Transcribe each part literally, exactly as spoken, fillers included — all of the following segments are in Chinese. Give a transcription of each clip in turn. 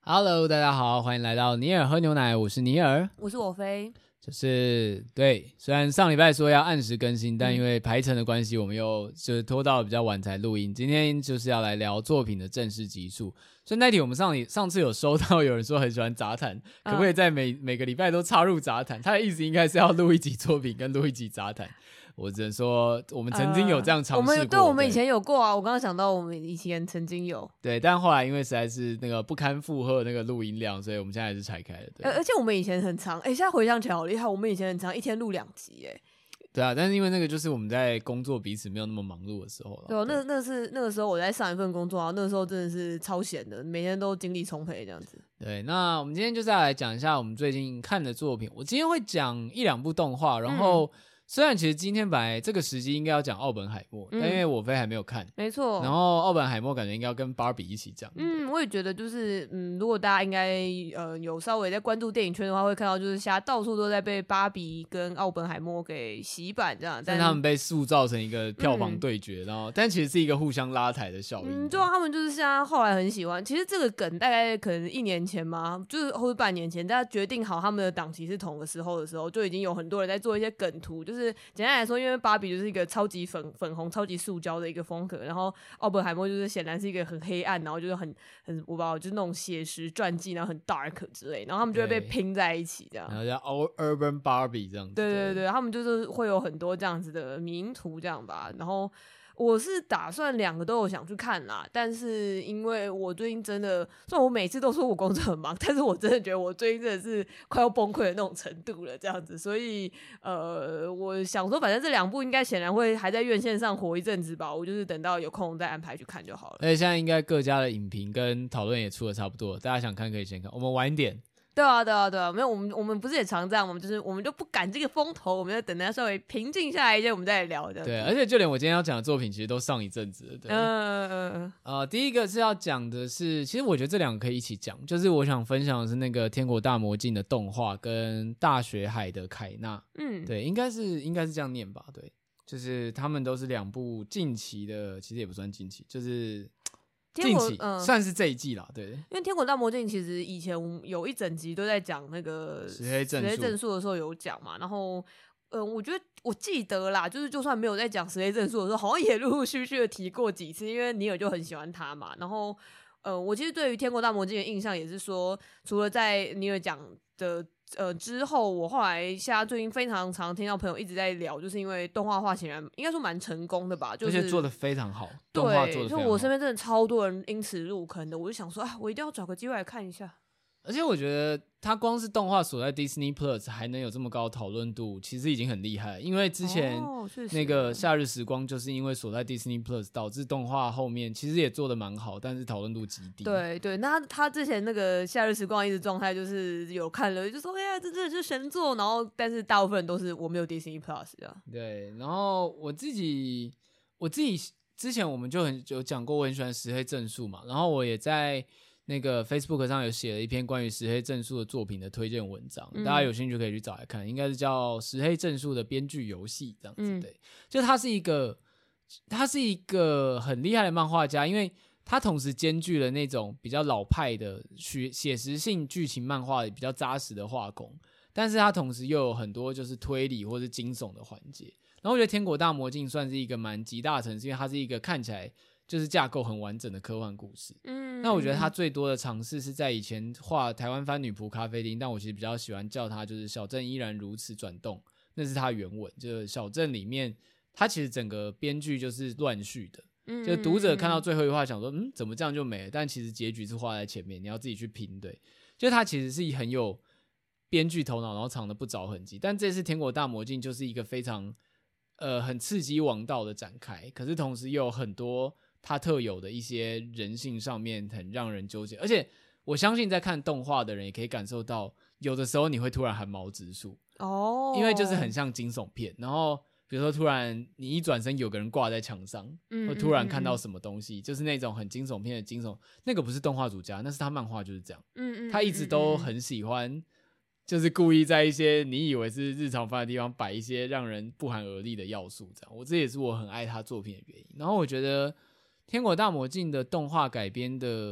Hello， 大家好，欢迎来到尼尔喝牛奶，我是尼尔， 我是我飞。 就是对，虽然上礼拜说要按时更新，但因为排程的关系，我们又就是拖到比较晚才录音。今天就是要来聊作品的正式集数。所以那题我们上上次有收到有人说很喜欢杂谈，可不可以在每、嗯、每个礼拜都插入杂谈？他的意思应该是要录一集作品跟录一集杂谈。我只能说，我们曾经有这样尝试过、呃。我们对，我们以前有过啊。我刚刚想到，我们以前曾经有。 对，但后来因为实在是那个不堪负荷那个录音量，所以我们现在还是拆开了。对， 而且我们以前很长，哎、欸，现在回想起来好厉害，我们以前很长，一天录两集，哎。 对啊，但是因为那个就是我们在工作彼此没有那么忙碌的时候了。 对、啊，那那是那个时候我在上一份工作啊，那个时候真的是超闲的，每天都精力充沛这样子。 对，那我们今天就是要来讲一下我们最近看的作品。我今天会讲一两部动画，然后、嗯。虽然其实今天本来这个时机应该要讲奥本海默、嗯、但因为我飞还没有看， 没错， 然后奥本海默感觉应该要跟芭比一起讲。 嗯，我也觉得就是嗯，如果大家应该呃有稍微在关注电影圈的话，会看到就是现在到处都在被芭比跟奥本海默给洗版这样， 但他们被塑造成一个票房对决、嗯、然后但其实是一个互相拉抬的效应。 嗯，对啊，他们就是现在后来很喜欢，其实这个梗大概可能一年前嘛，就是或者半年前，大家决定好他们的档期是同个时候的时候，就已经有很多人在做一些梗图，就是简单来说。因为芭比就是一个超级粉粉红、超级塑胶的一个风格，然后奥本海默就是显然是一个很黑暗，然后就是很很我不知道，就是那种写实传记，然后很 dark 之类，然后他们就会被拼在一起，这样， 然后叫 Urban Barbie 这样子。 对对对，他们就是会有很多这样子的迷图这样吧，然后。我是打算两个都有想去看啦，但是因为我最近真的，虽然我每次都说我工作很忙，但是我真的觉得我最近真的是快要崩溃的那种程度了，这样子，所以呃，我想说，反正这两部应该显然会还在院线上活一阵子吧，我就是等到有空再安排去看就好了。 而且现在应该各家的影评跟讨论也出的差不多，大家想看可以先看，我们晚一点。 对啊，对啊，对啊，没有我们，我们不是也常这样，我们就是我们就不赶这个风头，我们要等它稍微平静下来一些，我们再来聊的。 对，而且就连我今天要讲的作品，其实都上一阵子了。对， 嗯嗯嗯。 呃，第一个是要讲的是，其实我觉得这两个可以一起讲，就是我想分享的是那个《天国大魔境》的动画跟《大学海的凯纳》。嗯，对，应该是应该是这样念吧？对，就是他们都是两部近期的，其实也不算近期，就是。近期、嗯、算是这一季啦，对， 因为《天国大魔境》其实以前有一整集都在讲那个石黑正数的时候有讲嘛，然后呃，我觉得我记得啦，就是就算没有在讲石黑正数的时候，好像也陆陆续续的提过几次，因为尼尔就很喜欢他嘛，然后呃，我其实对于《天国大魔境》的印象也是说，除了在尼尔讲的。呃，之后我后来现在最近非常常听到朋友一直在聊，就是因为动画化显然应该说蛮成功的吧，就是而且做的非常好，动画做的非常好。 就我身边真的超多人因此入坑的，我就想说，啊，我一定要找个机会来看一下。 而且我觉得它光是动画所在 Disney Plus 还能有这么高的讨论度，其实已经很厉害了。因为之前那个夏日时光就是因为所在 Disney Plus 导致动画后面其实也做得蛮好，但是讨论度极低。 对对，那他之前那个夏日时光一直状态就是有看了就说哎呀这真的是神作，然后但是大部分人都是我没有 Disney Plus 这样。 对，然后我自己我自己之前我们就很有讲过我很喜欢石黑正数嘛，然后我也在那个 Facebook 上有写了一篇关于石黑正数的作品的推荐文章、嗯、大家有兴趣可以去找来看，应该是叫石黑正数的编剧游戏这样子、嗯、对，就他是一个他是一个很厉害的漫画家，因为他同时兼具了那种比较老派的写实性剧情漫画比较扎实的画工，但是他同时又有很多就是推理或是惊悚的环节，然后我觉得天国大魔境算是一个蛮集大成，是因为它是一个看起来就是架构很完整的科幻故事。嗯，那我觉得他最多的尝试是在以前画台湾番女仆咖啡厅，但我其实比较喜欢叫他就是小镇依然如此转动，那是他原文，就是小镇里面他其实整个编剧就是乱序的，嗯，就读者看到最后一话想说嗯怎么这样就没了，但其实结局是画在前面，你要自己去拼。对，就他其实是很有编剧头脑，然后藏得不着痕迹，但这次天国大魔境就是一个非常呃很刺激王道的展开，可是同时又有很多它特有的一些人性上面很让人纠结，而且我相信在看动画的人也可以感受到，有的时候你会突然寒毛直竖哦，因为就是很像惊悚片，然后比如说突然你一转身有个人挂在墙上，嗯，或突然看到什么东西，嗯嗯嗯，就是那种很惊悚片的惊悚，那个不是动画主家，那是他漫画就是这样，嗯嗯嗯嗯，他一直都很喜欢就是故意在一些你以为是日常番的地方摆一些让人不寒而栗的要素，这样，我这也是我很爱他作品的原因。然后我觉得天国大魔境的动画改编的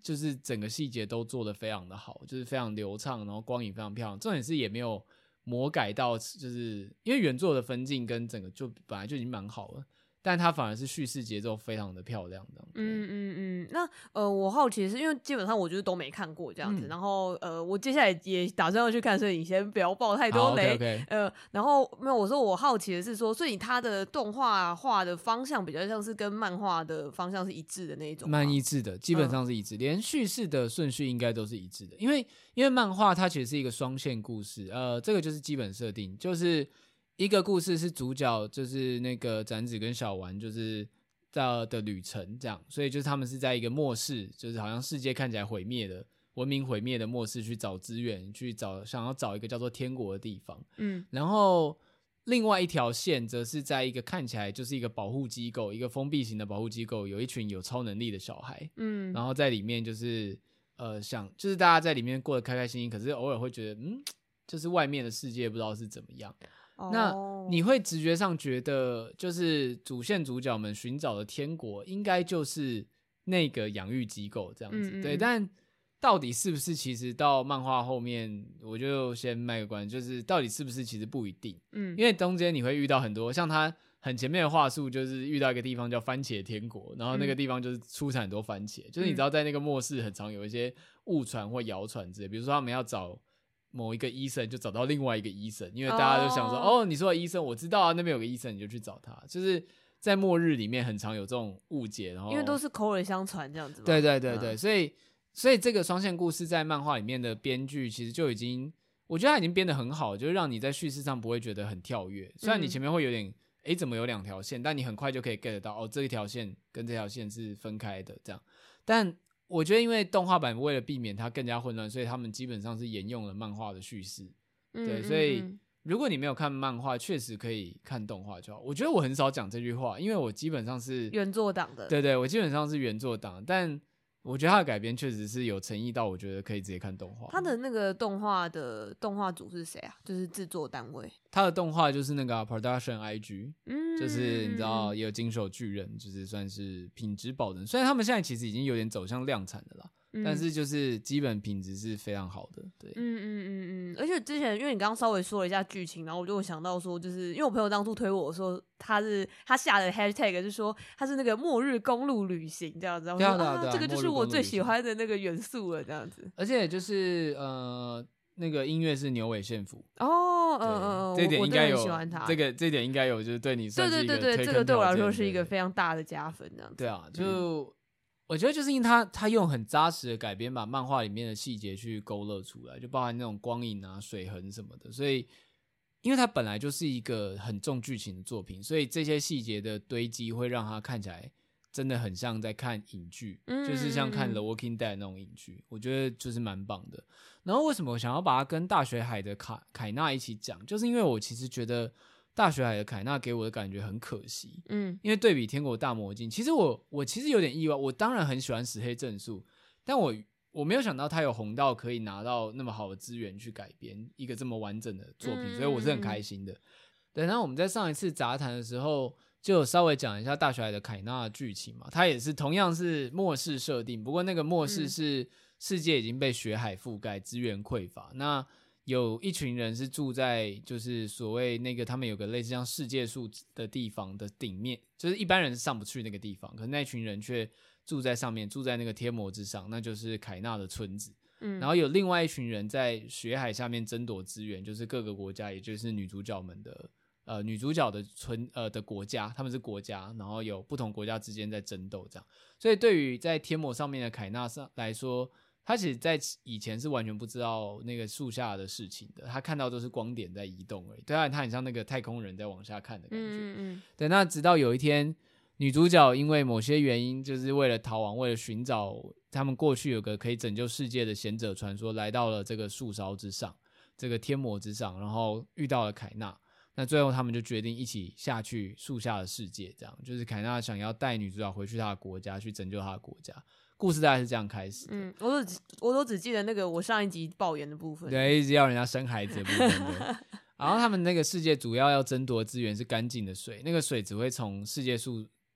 就是整个细节都做得非常的好，就是非常流畅，然后光影非常漂亮。重点是也没有魔改到，就是因为原作的分镜跟整个就本来就已经蛮好了。但它反而是叙事节奏非常的漂亮的。 嗯嗯嗯，那呃，我好奇的是，因为基本上我就是都没看过这样子，嗯、然后呃，我接下来也打算要去看，所以你先不要爆太多雷。 okay, okay. 呃，然后没有，我说我好奇的是说，所以它的动画画的方向比较像是跟漫画的方向是一致的那一种， 蛮一致的，基本上是一致，嗯、连叙事的顺序应该都是一致的，因为因为漫画它其实是一个双线故事，呃，这个就是基本设定，就是。一个故事是主角就是那个展子跟小丸就是的的旅程这样，所以就是他们是在一个末世，就是好像世界看起来毁灭的文明毁灭的末世去找资源，去找想要找一个叫做天国的地方。嗯，然后另外一条线则是在一个看起来就是一个保护机构，一个封闭型的保护机构，有一群有超能力的小孩。嗯，然后在里面就是呃想就是大家在里面过得开开心心，可是偶尔会觉得嗯，就是外面的世界不知道是怎么样。那你会直觉上觉得，就是主线主角们寻找的天国，应该就是那个养育机构这样子，嗯嗯对。但到底是不是？其实到漫画后面，我就先卖个关子，就是到底是不是？其实不一定，嗯，因为中间你会遇到很多，像他很前面的话术，就是遇到一个地方叫番茄天国，然后那个地方就是出产很多番茄，嗯、就是你知道在那个末世很常有一些误传或谣传之类，比如说他们要找。某一个医生就找到另外一个医生，因为大家就想说， oh. 哦，你说的医生我知道啊，那边有个医生，你就去找他。就是在末日里面很常有这种误解，然后因为都是口耳相传这样子嘛。 对对对对，嗯、所以所以这个双线故事在漫画里面的编剧其实就已经，我觉得他已经编得很好，就是让你在叙事上不会觉得很跳跃。虽然你前面会有点，哎、嗯，怎么有两条线，但你很快就可以 get 到，哦，这一条线跟这条线是分开的这样，但。我觉得因为动画版为了避免它更加混乱，所以他们基本上是沿用了漫画的叙事。嗯、对，所以如果你没有看漫画，确实可以看动画就好。我觉得我很少讲这句话，因为我基本上是原作党的。 对对，我基本上是原作党，但我觉得它的改编确实是有诚意到，我觉得可以直接看动画。 它的那个动画的动画组是谁啊？就是制作单位。 它的动画就是那个、啊、Production I G， 嗯，就是你知道也有金手巨人，就是算是品质保证。虽然他们现在其实已经有点走向量产的啦。嗯、但是就是基本品质是非常好的，对，嗯嗯嗯嗯，而且之前因为你刚刚稍微说了一下剧情，然后我就想到说，就是因为我朋友当初推我说他是他下的 hashtag 是说他是那个末日公路旅行这样子，然后我说对啊对啊对啊啊，这个就是我最喜欢的那个元素了这样子， 而且就是呃那个音乐是牛尾宪辅哦，嗯嗯， 这一点应该有， 喜欢他这个这一点应该有，就是对你算是一个对对对对，这个对我来说是一个非常大的加分这样子， 对啊，就。嗯我觉得就是因为他他用很扎实的改编把漫画里面的细节去勾勒出来，就包含那种光影啊、水痕什么的，所以因为它本来就是一个很重剧情的作品，所以这些细节的堆积会让它看起来真的很像在看影剧，嗯、就是像看《The Walking Dead》那种影剧，我觉得就是蛮棒的。然后为什么我想要把它跟大学海的凯凯纳一起讲，就是因为我其实觉得。大学海的凯纳给我的感觉很可惜，嗯，因为对比天国大魔镜，其实我我其实有点意外，我当然很喜欢石黑正数，但我我没有想到他有红到可以拿到那么好的资源去改编一个这么完整的作品，嗯、所以我是很开心的。对，然后我们在上一次杂谈的时候就有稍微讲一下大学海的凯纳的剧情嘛，它也是同样是末世设定，不过那个末世是世界已经被雪海覆盖，资源匮乏，那。有一群人是住在就是所谓那个他们有个类似像世界树的地方的顶面，就是一般人是上不去那个地方，可是那群人却住在上面，住在那个天魔之上，那就是凯纳的村子。嗯，然后有另外一群人在雪海下面争夺资源，就是各个国家，也就是女主角们的呃女主角的村呃的国家，他们是国家，然后有不同国家之间在争斗这样。所以对于在天魔上面的凯纳上来说。他其实在以前是完全不知道那个树下的事情的，他看到都是光点在移动而已。对啊，他很像那个太空人在往下看的感觉。嗯嗯对，那直到有一天，女主角因为某些原因，就是为了逃亡，为了寻找他们过去有个可以拯救世界的贤者传说，来到了这个树梢之上，这个天魔之上，然后遇到了凯纳。那最后他们就决定一起下去树下的世界，这样就是凯纳想要带女主角回去他的国家，去拯救他的国家。故事大概是这样开始的。 嗯，我都只我都只记得那个我上一集爆言的部分， 对，一直要人家生孩子的部分。对然后他们那个世界主要要争夺资源是干净的水，那个水只会从世界树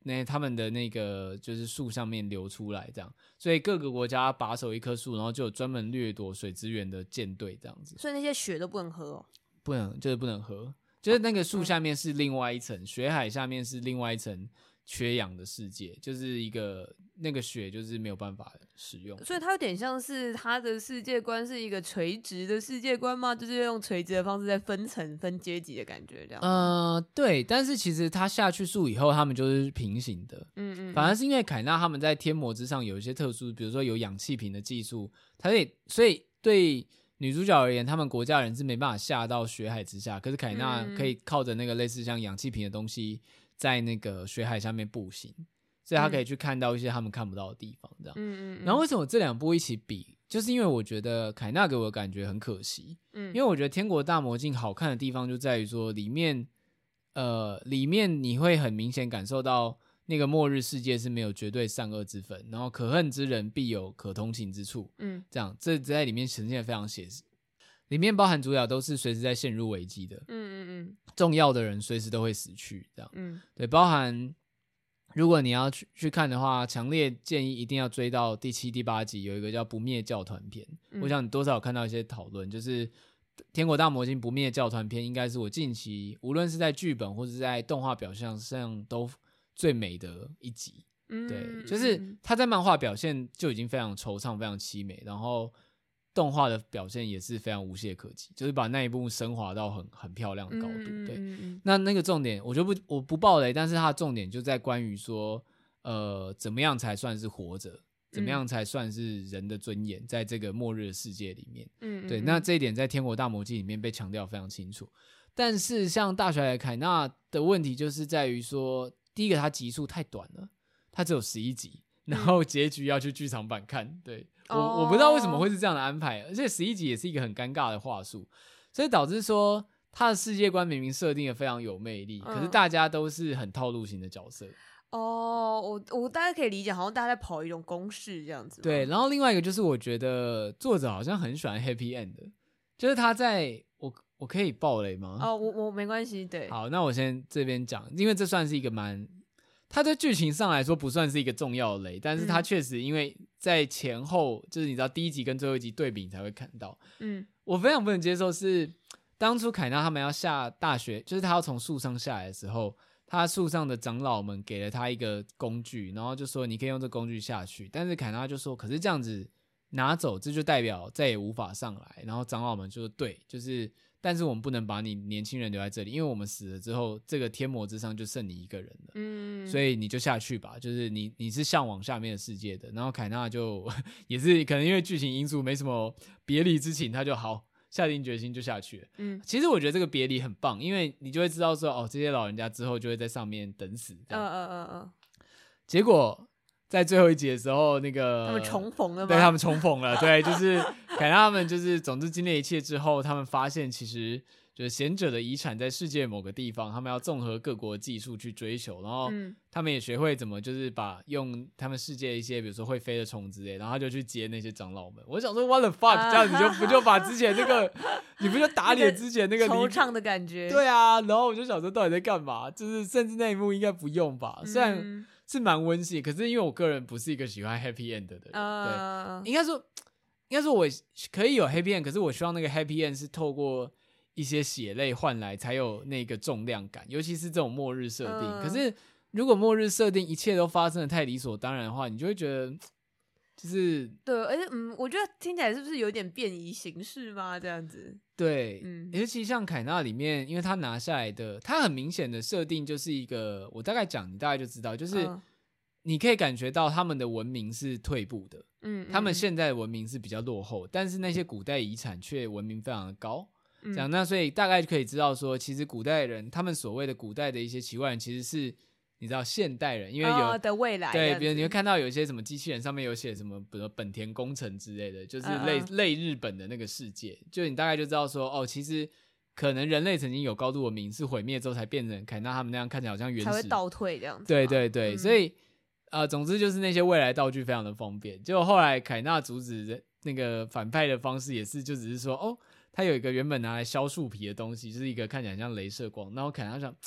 那他们的那个就是树上面流出来这样，所以各个国家把守一棵树，然后就有专门掠夺水资源的舰队这样子。 所以那些血都不能喝哦？ 不能，就是不能喝，就是那个树下面是另外一层， 嗯、 血海下面是另外一层缺氧的世界，就是一个那个血就是没有办法使用， 所以它有点像是它的世界观是一个垂直的世界观吗？就是用垂直的方式在分层分阶级的感觉这样。 呃，对，但是其实他下去树以后，他们就是平行的，嗯 嗯, 嗯，反而是因为凯纳他们在天魔之上有一些特殊，比如说有氧气瓶的技术，他也所以对女主角而言，他们国家人是没办法下到血海之下，可是凯纳可以靠着那个类似像氧气瓶的东西，在那个血海下面步行，所以他可以去看到一些他们看不到的地方，这样。嗯嗯嗯。然后为什么这两部一起比，就是因为我觉得凯纳给我的感觉很可惜，嗯，因为我觉得《天国大魔镜》好看的地方就在于说里面，呃，里面你会很明显感受到那个末日世界是没有绝对善恶之分，然后可恨之人必有可同情之处，嗯，这样这在里面呈现的非常写实。里面包含主角都是随时在陷入危机的，嗯嗯嗯，重要的人随时都会死去，这样，嗯，对，包含如果你要 去, 去看的话，强烈建议一定要追到第七、第八集，有一个叫不灭教团篇，嗯，我想你多少有看到一些讨论，就是天国大魔镜不灭教团篇应该是我近期无论是在剧本或是在动画表现上都最美的一集，嗯，对，就是他在漫画表现就已经非常惆怅非常凄美，然后动画的表现也是非常无懈可击，就是把那一部升华到很很漂亮的高度，嗯，对，嗯，那那个重点我就不我不爆雷，但是它的重点就在关于说呃怎么样才算是活着，怎么样才算是人的尊严，在这个末日的世界里面，嗯，对，那这一点在天国大魔镜里面被强调非常清楚。但是像大小海凯纳的问题就是在于说，第一个它集数太短了，它只有十一集，然后结局要去剧场版看，对，我我不知道为什么会是这样的安排，而且十一集也是一个很尴尬的话术，所以导致说他的世界观明明设定的非常有魅力，可是大家都是很套路型的角色。 哦，我我大概可以理解，好像大家在跑一种公式这样子。 对，然后另外一个就是我觉得作者好像很喜欢 happy end 的，就是他在我我可以爆雷吗？ 哦，我我没关系，对。 好，那我先这边讲，因为这算是一个蛮。它对剧情上来说不算是一个重要的雷，但是它确实因为在前后，嗯，就是你知道第一集跟最后一集对比你才会看到，嗯，我非常不能接受是当初凯纳他们要下大学，就是他要从树上下来的时候，他树上的长老们给了他一个工具，然后就说你可以用这工具下去，但是凯纳就说可是这样子拿走，这就代表再也无法上来，然后长老们就说对，就是但是我们不能把你年轻人留在这里，因为我们死了之后，这个天魔之上就剩你一个人了，嗯，所以你就下去吧，就是你你是向往下面的世界的。然后凯纳就也是可能因为剧情因素没什么别离之情，他就好下定决心就下去了。嗯，其实我觉得这个别离很棒，因为你就会知道说哦，这些老人家之后就会在上面等死。嗯嗯嗯嗯。结果在最后一集的时候，那个他们重逢了吗？ 对，他们重逢了，对，就是凯纳他们就是总之经历一切之后，他们发现其实就是贤者的遗产在世界某个地方，他们要综合各国的技术去追求，然后他们也学会怎么就是把用他们世界一些比如说会飞的虫之类，然后他就去接那些长老们。我想说 what the fuck， 这样子就不就把之前那个你不就打脸之前那个惆怅的感觉？对啊，然后我就想说到底在干嘛？就是甚至那一幕应该不用吧，虽然。嗯是蛮温馨，可是因为我个人不是一个喜欢 happy end 的人， uh... 对，应该说，应该说我可以有 happy end， 可是我希望那个 happy end 是透过一些血泪换来才有那个重量感，尤其是这种末日设定。Uh... 可是如果末日设定一切都发生的太理所当然的话，你就会觉得就是对，而且嗯，我觉得听起来是不是有点便宜形式吗？这样子。 对，嗯，尤其像凯纳里面，因为他拿下来的，他很明显的设定就是一个，我大概讲，你大概就知道，就是你可以感觉到他们的文明是退步的，嗯，他们现在的文明是比较落后，但是那些古代遗产却文明非常的高，嗯，这样，那所以大概就可以知道说，其实古代人，他们所谓的古代的一些奇怪人，其实是。你知道现代人，因为有、 哦、的未来， 对，比如你会看到有一些什么机器人上面有写什么，比如本田工程之类的，就是类、嗯、类日本的那个世界，就你大概就知道说，哦，其实可能人类曾经有高度文明，是毁灭之后才变成凯纳他们那样看起来好像原始， 才会倒退这样子。 对对对，嗯、所以呃，总之就是那些未来道具非常的方便。结果后来凯纳阻止那个反派的方式也是，就只是说，哦，他有一个原本拿来削树皮的东西，就是一个看起来像雷射光，然后凯纳想。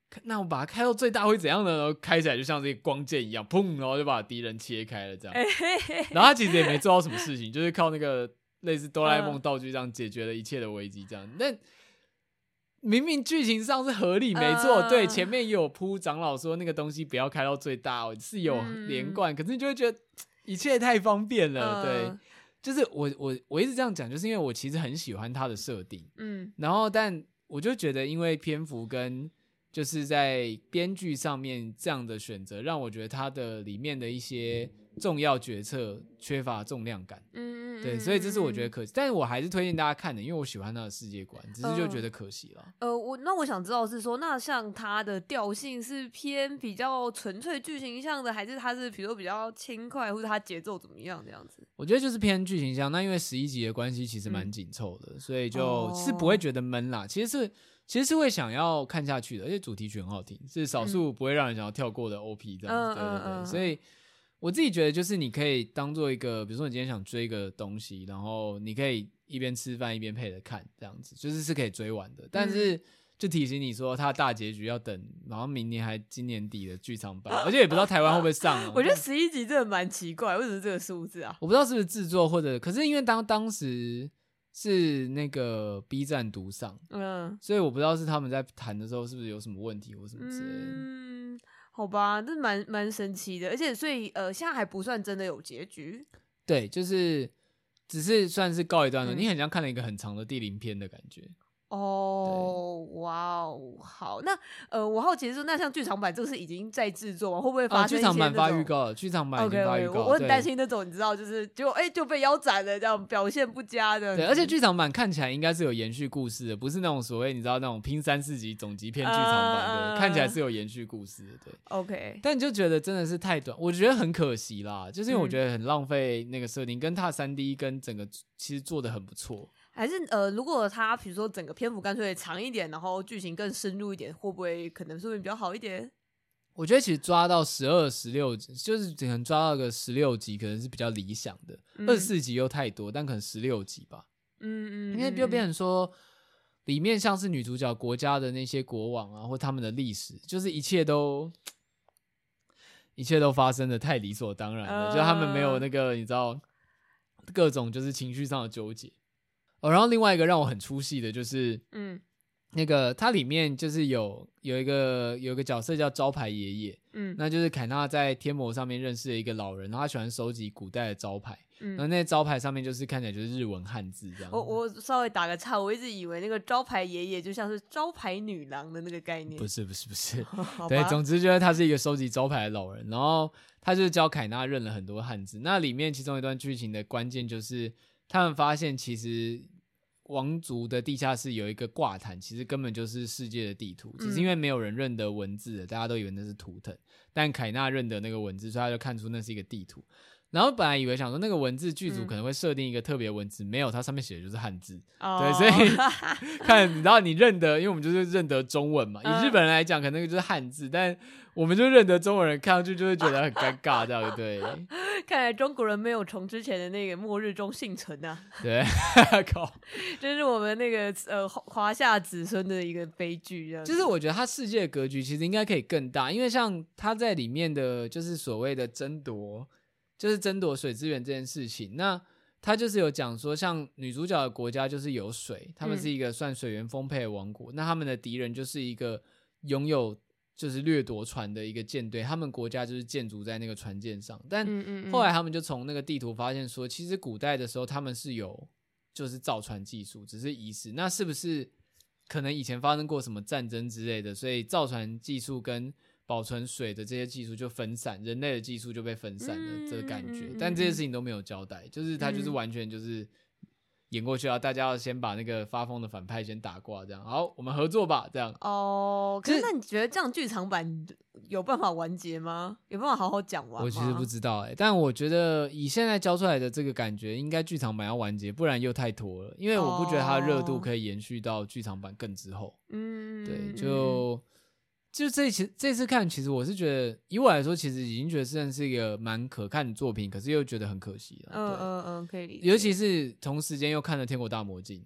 那我把它开到最大会怎样呢？然后开起来就像这个光剑一样，砰，然后就把敌人切开了这样。然后他其实也没做到什么事情，就是靠那个类似哆啦 A 梦道具这样解决了一切的危机这样。但明明剧情上是合理，没错，呃、对，前面也有铺长老说那个东西不要开到最大，是有连贯，嗯、可是你就会觉得一切太方便了，呃、对。就是我我我一直这样讲，就是因为我其实很喜欢它的设定，嗯，然后但我就觉得因为篇幅跟就是在编剧上面这样的选择，让我觉得它的里面的一些重要决策缺乏重量感，嗯，对，所以这是我觉得可惜，但是我还是推荐大家看的，因为我喜欢它的世界观，只是就觉得可惜了。 呃，呃我那我想知道是说，那像它的调性是偏比较纯粹剧情向的，还是它是比如说比较轻快，或者它节奏怎么样这样子？ 我觉得就是偏剧情向，那因为十一集的关系其实蛮紧凑的，嗯、所以就是不会觉得闷啦。其实是其实是会想要看下去的，而且主题曲很好听，是少数不会让人想要跳过的 O P 这样子。嗯、对对对，嗯、所以我自己觉得就是你可以当做一个，比如说你今天想追一个东西，然后你可以一边吃饭一边配着看，这样子就是是可以追完的。但是就提醒你说，它大结局要等，然后明年还今年底的剧场版，而且也不知道台湾会不会上、啊。 我觉得十一集真的蛮奇怪，为什么这个数字啊？ 我不知道是不是制作或者，可是因为当当时是那个 B 站独上，嗯，所以我不知道是他们在谈的时候是不是有什么问题或什么之类的。 嗯，好吧，这蛮蛮神奇的，而且所以呃，现在还不算真的有结局。 对，就是只是算是告一段落，嗯、你很像看了一个很长的地灵片的感觉。 哦，哇哦，好，那呃，我好奇是说，那像剧场版这个是已经在制作吗？会不会发生一些那种？ 剧场版发预告了，剧场版已经发预告了。 Okay, okay, 我很担心那种，你知道，就是结果哎就被腰斩了，这样表现不佳的。 对，而且剧场版看起来应该是有延续故事的，不是那种所谓你知道那种拼三四集总集片剧场版的，呃、看起来是有延续故事的。对 ，OK。 但你就觉得真的是太短，我觉得很可惜啦，就是因为我觉得很浪费那个设定，嗯、跟它 三 D 跟整个其实做的很不错。 还是呃，如果他比如说整个篇幅干脆长一点，然后剧情更深入一点，会不会可能说明比较好一点？ 我觉得其实抓到十二、十六，就是可能抓到个十六集，可能是比较理想的。二十四集又太多，但可能十六集吧。嗯嗯，因为就变成说，里面像是女主角国家的那些国王啊，或他们的历史，就是一切都一切都发生的太理所当然了，呃、就他们没有那个你知道各种就是情绪上的纠结。哦，然后另外一个让我很出戏的就是，嗯，那个它里面就是有有一个有一个角色叫招牌爷爷，嗯，那就是凯纳在天魔上面认识了一个老人，然后他喜欢收集古代的招牌，嗯，然后那些招牌上面就是看起来就是日文汉字这样。 我我稍微打个岔，我一直以为那个招牌爷爷就像是招牌女郎的那个概念， 不是不是不是，对，总之就是他是一个收集招牌的老人，然后他就是教凯纳认了很多汉字。那里面其中一段剧情的关键就是他们发现其实王族的地下室有一个挂毯，其实根本就是世界的地图，只是因为没有人认得文字了，大家都以为那是图腾，但凯纳认得那个文字，所以他就看出那是一个地图。然后本来以为想说那个文字剧组可能会设定一个特别文字，嗯、没有，它上面写的就是汉字。哦、对，所以看，你知道你认得，因为我们就是认得中文嘛。以日本人来讲，可能那个就是汉字，但我们就认得中文人，看上去就会觉得很尴尬，这样对。 看来中国人没有从之前的那个末日中幸存啊。 对，靠， 这是我们那个呃华夏子孙的一个悲剧。 就是我觉得他世界的格局其实应该可以更大，因为像他在里面的就是所谓的争夺。就是争夺水资源这件事情，那他就是有讲说，像女主角的国家就是有水，他们是一个算水源丰沛的王国，嗯、那他们的敌人就是一个拥有就是掠夺船的一个舰队，他们国家就是建筑在那个船舰上，但后来他们就从那个地图发现说，其实古代的时候他们是有就是造船技术，只是遗失，那是不是可能以前发生过什么战争之类的，所以造船技术跟保存水的这些技术就分散，人类的技术就被分散了，这个感觉。但这些事情都没有交代，就是他就是完全就是演过去啊，大家要先把那个发疯的反派先打挂，这样好，我们合作吧，这样。 哦，可是那你觉得这样剧场版有办法完结吗？有办法好好讲完吗？ 我其实不知道哎、欸，但我觉得以现在交出来的这个感觉，应该剧场版要完结，不然又太拖了。因为我不觉得它的热度可以延续到剧场版更之后。嗯，对，就。就这次这次看，其实我是觉得，以我来说，其实已经觉得算是一个蛮可看的作品，可是又觉得很可惜了。 嗯嗯嗯，可以理解。 尤其是同时间又看了《天国大魔境》，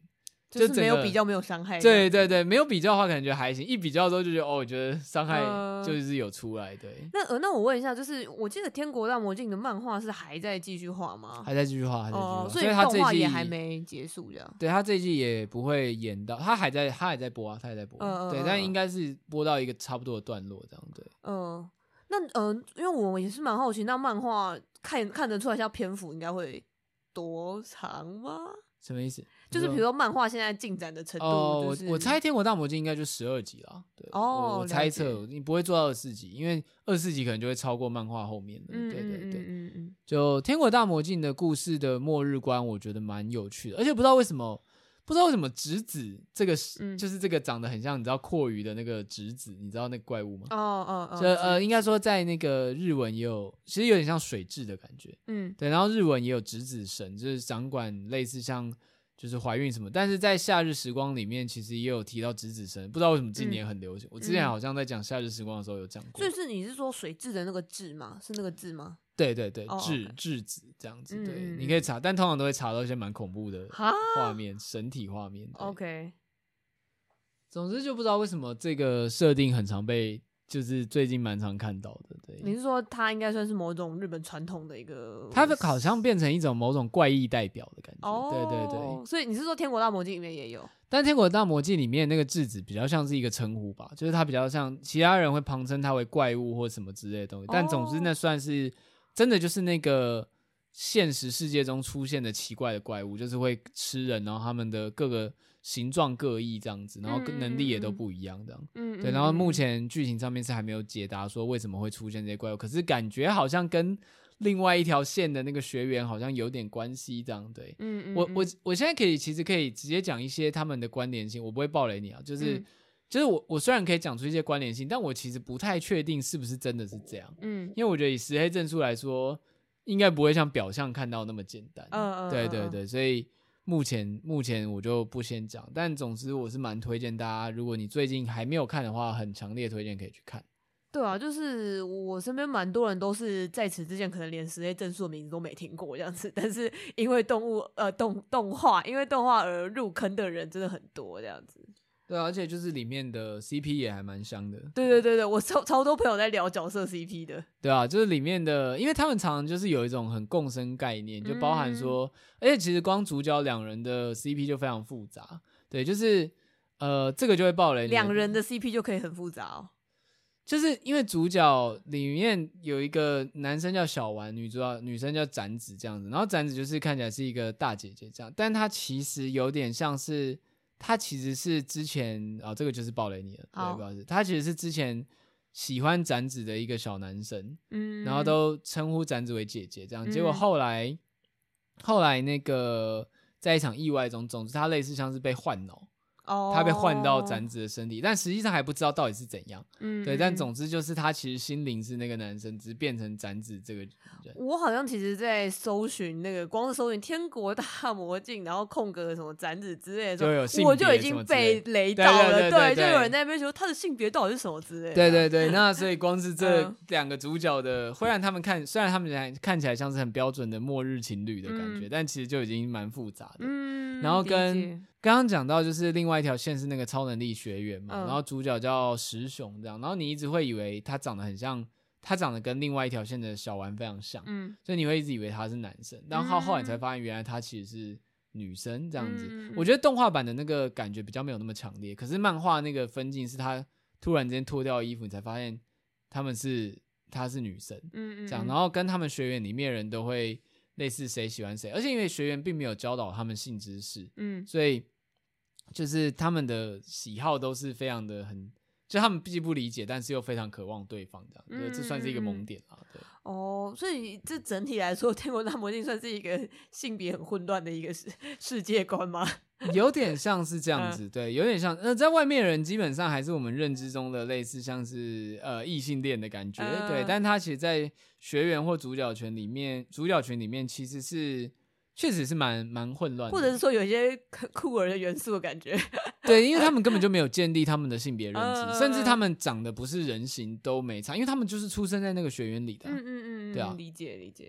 就是没有比较没有伤害。 对对对，没有比较的话可能觉得还行，一比较之后就觉得哦，我觉得伤害就是有出来。对， 呃、那呃那我问一下，就是我记得《天国大魔镜》的漫画是还在继续画吗？ 还在继续画，还在继续画， 哦、所以他动画也还没结束这样。 对，他这一季也不会演到，他还在他还在播啊，他还在播。嗯、对，但应该是播到一个差不多的段落这样。对， 嗯、呃，那呃，因为我也是蛮好奇，那漫画看看得出来，像篇幅应该会多长吗？ 什么意思？ 就是比如说漫画现在进展的程度、就是， 哦，我我猜《天国大魔镜》应该就十二集啦。对，哦，我, 我猜测你不会做到二十四集，因为二十四集可能就会超过漫画后面的。嗯、对对对，嗯嗯嗯就《天国大魔镜》的故事的末日观，我觉得蛮有趣的，而且不知道为什么，不知道为什么直子这个、嗯、就是这个长得很像你知道阔鱼的那个直子，你知道那个怪物吗？ 哦哦哦， 就呃，应该说在那个日文也有，其实有点像水蛭的感觉。嗯，对，然后日文也有直子神，就是掌管类似像。就是怀孕什么，但是在夏日时光里面，其实也有提到直子神，不知道为什么今年很流行。嗯、我之前好像在讲夏日时光的时候有讲过。 所以是你是说水蛭的那个蛭吗？是那个字吗？ 对对对，蛭蛭子这样子，对，嗯、你可以查，但通常都会查到一些蛮恐怖的画面，神体画面。 OK。 总之就不知道为什么这个设定很常被。就是最近蛮常看到的。对， 你是说它应该算是某种日本传统的一个， 它好像变成一种某种怪异代表的感觉。哦，对对对， 所以你是说《天国大魔镜》里面也有？ 但《天国大魔镜》里面那个质子比较像是一个称呼吧，就是它比较像其他人会旁称它为怪物或什么之类的东西。但总之那算是真的就是那个现实世界中出现的奇怪的怪物，就是会吃人，然后他们的各个形状各异这样子，然后能力也都不一样这样。嗯，对。然后目前剧情上面是还没有解答说为什么会出现这些怪物，可是感觉好像跟另外一条线的那个学员好像有点关系这样。对，嗯嗯嗯我我我现在可以其实可以直接讲一些他们的关联性，我不会爆雷你啊，就是、嗯、就是我我虽然可以讲出一些关联性，但我其实不太确定是不是真的是这样。嗯，因为我觉得以石黑正数来说，应该不会像表象看到那么简单。嗯嗯，对对对，所以。目前目前我就不先讲，但总之我是蛮推荐大家，如果你最近还没有看的话，很强烈推荐可以去看。 对啊，就是我身边蛮多人都是在此之前可能连石黑正数的名字都没听过这样子，但是因为动物呃动动画，因为动画而入坑的人真的很多这样子。 对啊，而且就是里面的 C P 也还蛮香的。 对对对对，我超超多朋友在聊角色 C P 的。 对啊，就是里面的，因为他们常常就是有一种很共生概念，就包含说，嗯、而且其实光主角两人的 C P 就非常复杂。对，就是呃，这个就会爆雷。 两人的 C P 就可以很复杂哦。 就是因为主角里面有一个男生叫小丸，女主角女生叫展子这样子，然后展子就是看起来是一个大姐姐这样，但她其实有点像是。他其实是之前啊、哦，这个就是爆雷你了，对，不好意思，他其实是之前喜欢展子的一个小男生，嗯，然后都称呼展子为姐姐，这样，嗯、结果后来后来那个在一场意外中，总之他类似像是被换脑。Oh. 他被换到展子的身体，但实际上还不知道到底是怎样。嗯，对，但总之就是他其实心灵是那个男生，只是变成展子这个人。 我好像其实在搜寻那个，光是搜寻《天国大魔镜》，然后空格什么展子之类的时候，我就已经被雷到了。 对, 对, 对, 对, 对, 对， 就有人在那边说他的性别到底是什么之类的。 对对对，那所以光是这两个主角的，虽然他们看，虽然他们看起来像是很标准的末日情侣的感觉，嗯、但其实就已经蛮复杂的。嗯，然后跟。刚刚讲到就是另外一条线是那个超能力学员嘛，嗯、然后主角叫石雄这样，然后你一直会以为他长得很像，他长得跟另外一条线的小丸非常像，嗯、所以你会一直以为他是男生，但后后来才发现原来他其实是女生这样子。嗯、我觉得动画版的那个感觉比较没有那么强烈，可是漫画那个分镜是他突然之间脱掉衣服，你才发现他们是他是女生，嗯、这样，然后跟他们学员里面人都会。类似谁喜欢谁，而且因为学员并没有教导他们性知识，嗯，所以就是他们的喜好都是非常的很，就他们既不理解，但是又非常渴望对方这样，嗯、这算是一个萌点啊。对， 哦，所以这整体来说，《天国大魔镜》算是一个性别很混乱的一个世世界观吗？ 有点像是这样子，嗯、对，有点像。那在外面的人基本上还是我们认知中的类似像是呃异性恋的感觉，嗯、对。但他其实，在学员或主角群里面，主角群里面其实是确实是蛮蛮混乱的， 或者是说有一些酷儿的元素的感觉。 对，因为他们根本就没有建立他们的性别认知，嗯、甚至他们长得不是人形都没差，因为他们就是出生在那个学院里的，啊。嗯嗯嗯，对啊， 理解理解。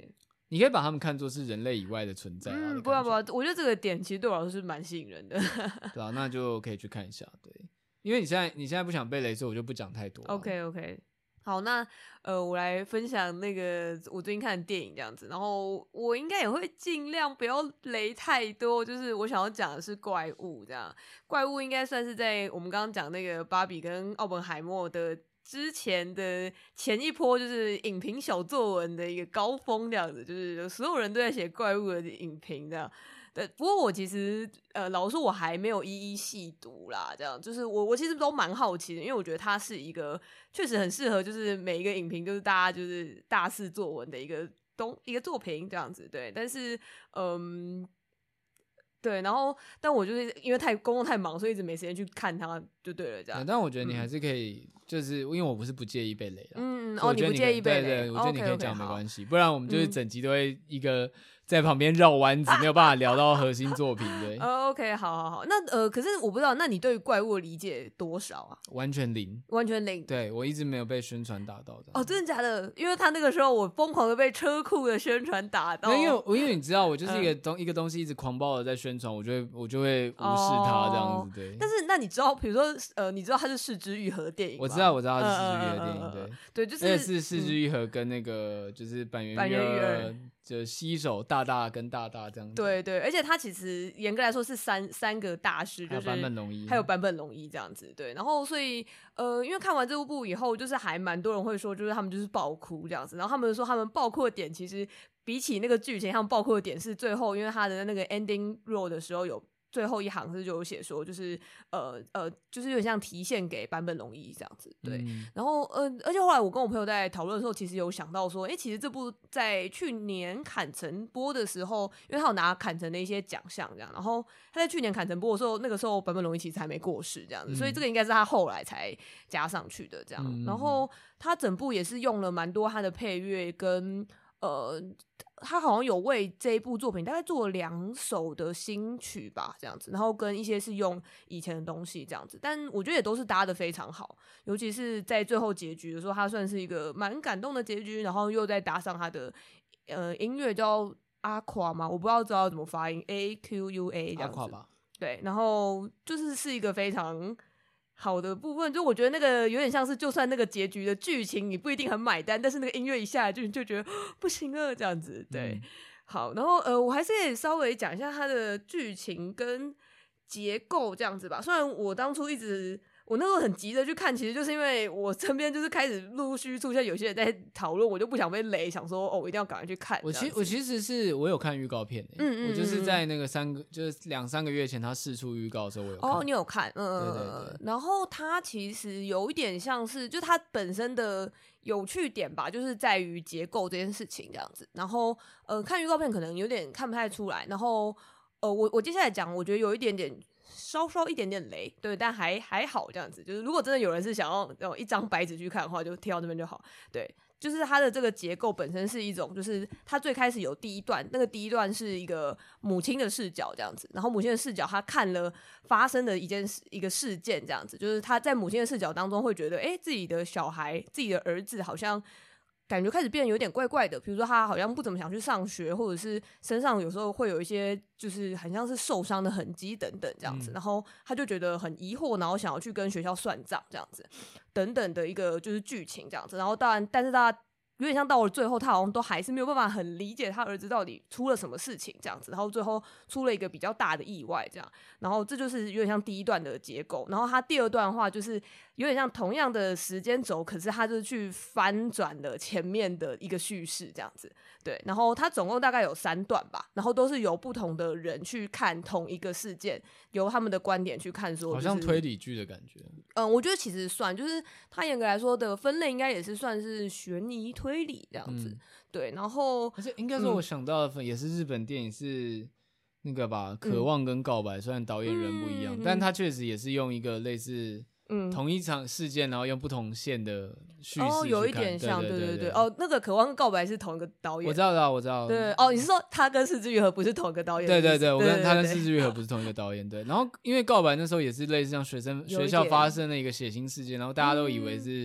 你可以把他们看作是人类以外的存在。 嗯，不要不要，我觉得这个点其实对我来说是蛮吸引人的。 对啊，那就可以去看一下。对，因为你现在你现在不想被雷，所以我就不讲太多。 OK OK。好，那呃，我来分享那个我最近看的电影这样子，然后我应该也会尽量不要雷太多，就是我想要讲的是怪物这样。怪物应该算是在我们刚刚讲那个芭比跟奥本海默的之前的前一波，就是影评小作文的一个高峰这样子，就是所有人都在写怪物的影评这样。对，不过我其实呃，老实说我还没有一一细读啦，这样就是我我其实都蛮好奇的，因为我觉得它是一个确实很适合，就是每一个影评就是大家就是大肆作文的一个东一个作品这样子，对，但是嗯。对，然后但我就是因为太工作太忙，所以一直没时间去看它，就对了这样。 但我觉得你还是可以，嗯、就是因为我不是不介意被雷啦， 嗯， 哦， 你不介意被雷， 对对，我觉得你可以讲 okay, okay, 没关系，不然我们就是整集都会一个在旁边绕弯子，没有办法聊到核心作品。对、 哦、，OK， 好好好，那呃，可是我不知道，那你对怪物的理解多少啊？ 完全零， 完全零。 对，我一直没有被宣传打到的。 哦，真的假的？因为他那个时候我疯狂的被车库的宣传打到， 因为因为你知道，我就是一个东、嗯、一个东西一直狂暴的在宣传，我就会我就会无视它这样子。对， 但是那你知道，比如说呃，你知道它是是枝裕和的电影吗？ 我知道，我知道它是是枝裕和的电影，对、 嗯、对，就是而且是是枝裕和跟那个就是板垣裕二。就携手大大跟大大这样子， 对对，而且他其实严格来说是三三个大师，就是还有坂本龙一， 还有坂本龙一这样子，对。然后所以呃，因为看完这部以后，就是还蛮多人会说，就是他们就是爆哭这样子。然后他们说他们爆哭的点，其实比起那个剧情，他们爆哭的点是最后，因为他的那个 ending roll 的时候有。最后一行是就有写说，就是呃呃，就是有点像提献给坂本龙一这样子，对。嗯、然后呃，而且后来我跟我朋友在讨论的时候，其实有想到说，哎、欸，其实这部在去年坎城播的时候，因为他有拿坎城的一些奖项这样，然后他在去年坎城播的时候，那个时候坂本龙一其实还没过世这样子，嗯、所以这个应该是他后来才加上去的这样。嗯、然后他整部也是用了蛮多他的配乐跟。呃，他好像有为这一部作品大概做了两首的新曲吧，这样子，然后跟一些是用以前的东西这样子，但我觉得也都是搭得非常好，尤其是在最后结局的时候，他算是一个蛮感动的结局，然后又再搭上他的呃音乐叫阿夸嘛，我不知道知道怎么发音 ，A Q U A 这样子，阿夸吧，对，然后就是是一个非常。好的部分，就我觉得那个有点像是，就算那个结局的剧情你不一定很买单，但是那个音乐一下来就就觉得不行了这样子，对。嗯、好，然后呃，我还是可以稍微讲一下它的剧情跟结构这样子吧。虽然我当初一直。我那时候很急着去看，其实就是因为我身边就是开始陆续出现有些人在讨论，我就不想被雷，想说哦，我一定要赶快去看。 我其我其实是我有看预告片、欸，嗯嗯，我就是在那个三个就是两三个月前他释出预告的时候，我有看。 哦，你有看，嗯， 对对对。 然后它其实有一点像是，就它本身的有趣点吧，就是在于结构这件事情这样子。然后呃，看预告片可能有点看不太出来。然后呃，我我接下来讲，我觉得有一点点。稍稍一点点雷，对，但还还好这样子。就是如果真的有人是想要用一张白纸去看的话，就贴到这边就好。对，就是它的这个结构本身是一种，就是它最开始有第一段，那个第一段是一个母亲的视角这样子，然后母亲的视角，她看了发生的一件事一个事件这样子，就是她在母亲的视角当中会觉得，哎、欸，自己的小孩，自己的儿子好像。感觉开始变得有点怪怪的，比如说他好像不怎么想去上学，或者是身上有时候会有一些就是很像是受伤的痕迹等等这样子，嗯、然后他就觉得很疑惑，然后想要去跟学校算账这样子，等等的一个就是剧情这样子，然后当然，但是大家有点像到了最后，他好像都还是没有办法很理解他儿子到底出了什么事情这样子，然后最后出了一个比较大的意外这样，然后这就是有点像第一段的结构，然后他第二段的话就是有点像同样的时间轴，可是他就是去翻转了前面的一个叙事这样子，对，然后他总共大概有三段吧，然后都是由不同的人去看同一个事件，由他们的观点去看说、就是， 好像推理剧的感觉。 嗯，我觉得其实算，就是他严格来说的分类应该也是算是悬疑推理这样子，嗯、对，然后而且应该说我想到的分也是日本电影是那个吧，渴望跟告白，虽然导演人不一样，嗯、但他确实也是用一个类似。嗯，同一场事件，然后用不同线的叙事去看， 哦，有一点像，对对 对, 对, 对, 对。哦，那个《渴望跟告白》是同一个导演， 我知道的，我知道。 对，哦，你是说他跟是枝裕和不是同一个导演？ 对对对，我跟他跟是枝裕和不是同一个导演。对，然后因为告白那时候也是类似像学生学校发生的一个血腥事件，然后大家都以为是、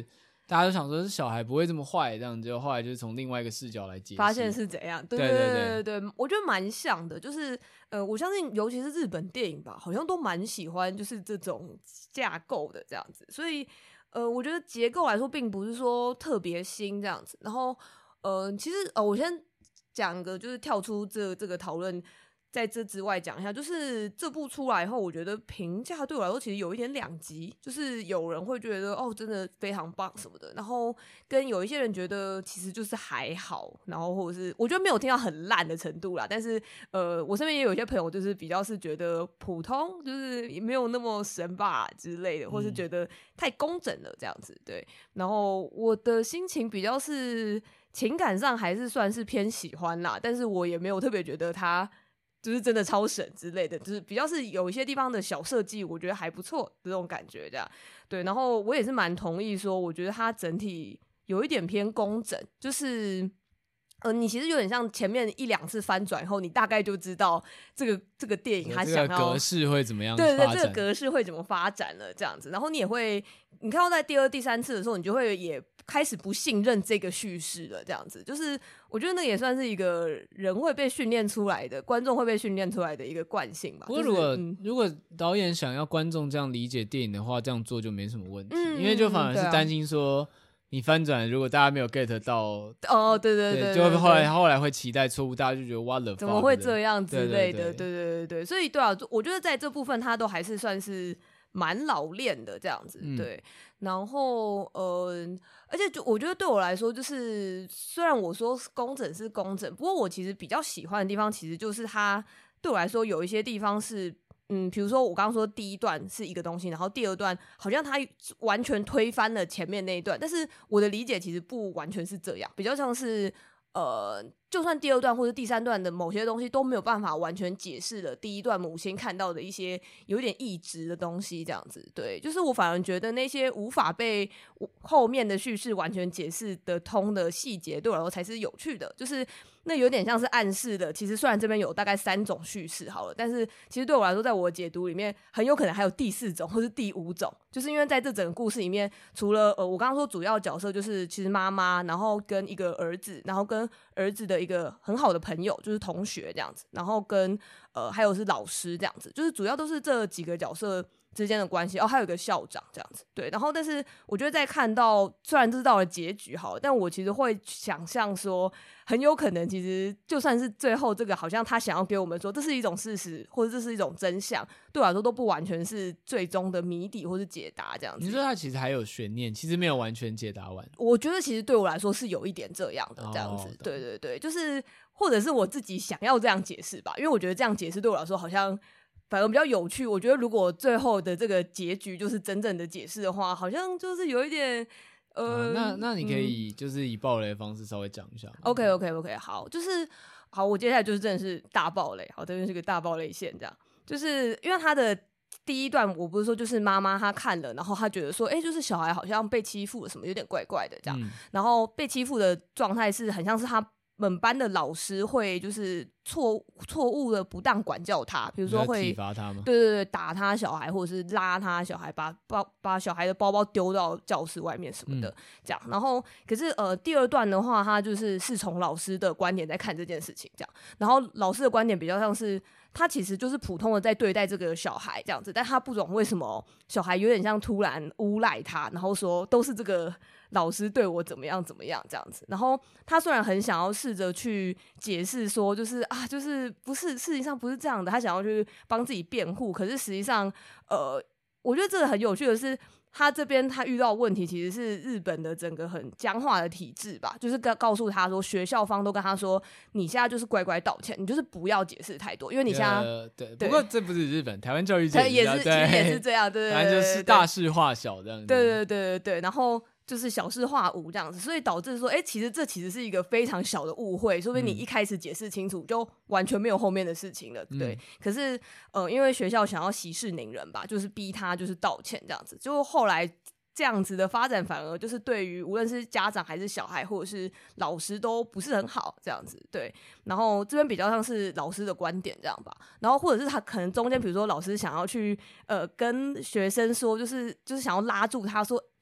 大家都想说是小孩不会这么坏，这样就后来就是从另外一个视角来解析， 发现是怎样。对对对对 对, 对，我觉得蛮像的，就是呃，我相信尤其是日本电影吧，好像都蛮喜欢就是这种架构的这样子，所以呃，我觉得结构来说并不是说特别新这样子。然后呃，其实呃，我先讲个就是跳出这这个讨论。在这之外讲一下，就是这部出来后，我觉得评价对我来说其实有一点两极，就是有人会觉得哦，真的非常棒什么的，然后跟有一些人觉得其实就是还好，然后或者是我觉得没有听到很烂的程度啦，但是呃，我身边也有一些朋友就是比较是觉得普通，就是也没有那么神吧之类的，或是觉得太工整了这样子，对。然后我的心情比较是情感上还是算是偏喜欢啦，但是我也没有特别觉得他。就是真的超神之类的，就是比较是有一些地方的小设计，我觉得还不错这种感觉，这样对。然后我也是蛮同意说，我觉得它整体有一点偏工整，就是呃，你其实有点像前面一两次翻转后，你大概就知道这个这个电影它想要、 这个格式会怎么样发展， 展， 对对，这个格式会怎么发展了这样子。然后你也会，你看到在第二、第三次的时候，你就会也开始不信任这个叙事了，这样子。就是我觉得那也算是一个人会被训练出来的，观众会被训练出来的一个惯性吧。 不过如果、 就是嗯、 如果导演想要观众这样理解电影的话，这样做就没什么问题， 嗯、 因为就反而是担心说。 啊你翻转，如果大家没有 get 到， 哦，对对 对, 对, 对, 对， 就后来后来会期待错误，大家就觉得 what the fuck 怎么会这样之类的，对对对 对, 对对对，所以对啊，我觉得在这部分他都还是算是蛮老练的这样子，嗯、对。然后呃，而且就我觉得对我来说，就是虽然我说工整是工整，不过我其实比较喜欢的地方，其实就是他对我来说有一些地方是。嗯，比如说我刚刚说第一段是一个东西，然后第二段好像它完全推翻了前面那一段，但是我的理解其实不完全是这样，比较像是呃，就算第二段或者第三段的某些东西都没有办法完全解释了第一段母亲看到的一些有点异质的东西，这样子，对，就是我反而觉得那些无法被后面的叙事完全解释得通的细节，对我来说才是有趣的，就是。那有点像是暗示的，其实虽然这边有大概三种叙事好了，但是其实对我来说，在我的解读里面，很有可能还有第四种或是第五种，就是因为在这整个故事里面，除了呃我刚刚说主要角色就是其实妈妈，然后跟一个儿子，然后跟儿子的一个很好的朋友，就是同学这样子，然后跟呃还有是老师这样子，就是主要都是这几个角色。之间的关系哦，还有一个校长这样子，对。然后，但是我觉得在看到虽然这是到了结局好了，但我其实会想象说，很有可能其实就算是最后这个好像他想要给我们说这是一种事实，或者这是一种真相，对我来说都不完全是最终的谜底或是解答这样子。 你说他其实还有悬念，其实没有完全解答完。 我觉得其实对我来说是有一点这样的这样子，哦、对对对，就是或者是我自己想要这样解释吧，因为我觉得这样解释对我来说好像。反而比较有趣，我觉得如果最后的这个结局就是真正的解释的话，好像就是有一点呃， 啊、那那你可以就是以爆雷的方式稍微讲一下。 OK OK OK， 好，就是好，我接下来就是真的是大爆雷，好，这边是个大爆雷线，这样，就是因为他的第一段，我不是说就是妈妈她看了，然后她觉得说，哎、欸，就是小孩好像被欺负了，什么有点怪怪的这样，嗯、然后被欺负的状态是很像是他。本班的老师会就是错错误的不当管教他，比如说会体罚他吗？ 对对对，打他小孩，或者是拉他小孩，把包把小孩的包包丢到教室外面什么的，嗯、这样。然后可是呃第二段的话，他就是是从老师的观点在看这件事情，这样。然后老师的观点比较像是。他其实就是普通的在对待这个小孩这样子，但他不懂为什么小孩有点像突然诬赖他，然后说都是这个老师对我怎么样怎么样这样子。然后他虽然很想要试着去解释说，就是啊，就是不是事实上不是这样的，他想要去帮自己辩护，可是实际上，呃，我觉得这个很有趣的是。他这边他遇到的问题其实是日本的整个很僵化的体制吧，就是告诉他说学校方都跟他说你现在就是乖乖道歉，你就是不要解释太多，因为你现在、 呃、对, 对，不过这不是日本，台湾教育界也是其实也是这样，对对对， 反正就是大事化小这样子， 对对对对对，然后。就是小事化无这样子，所以导致说，哎、欸，其实这其实是一个非常小的误会，说不定你一开始解释清楚，就完全没有后面的事情了，对。嗯、可是，呃，因为学校想要息事宁人吧，就是逼他就是道歉这样子，就后来这样子的发展，反而就是对于无论是家长还是小孩或者是老师都不是很好这样子，对。然后这边比较像是老师的观点这样吧，然后或者是他可能中间，比如说老师想要去呃跟学生说，就是就是想要拉住他说。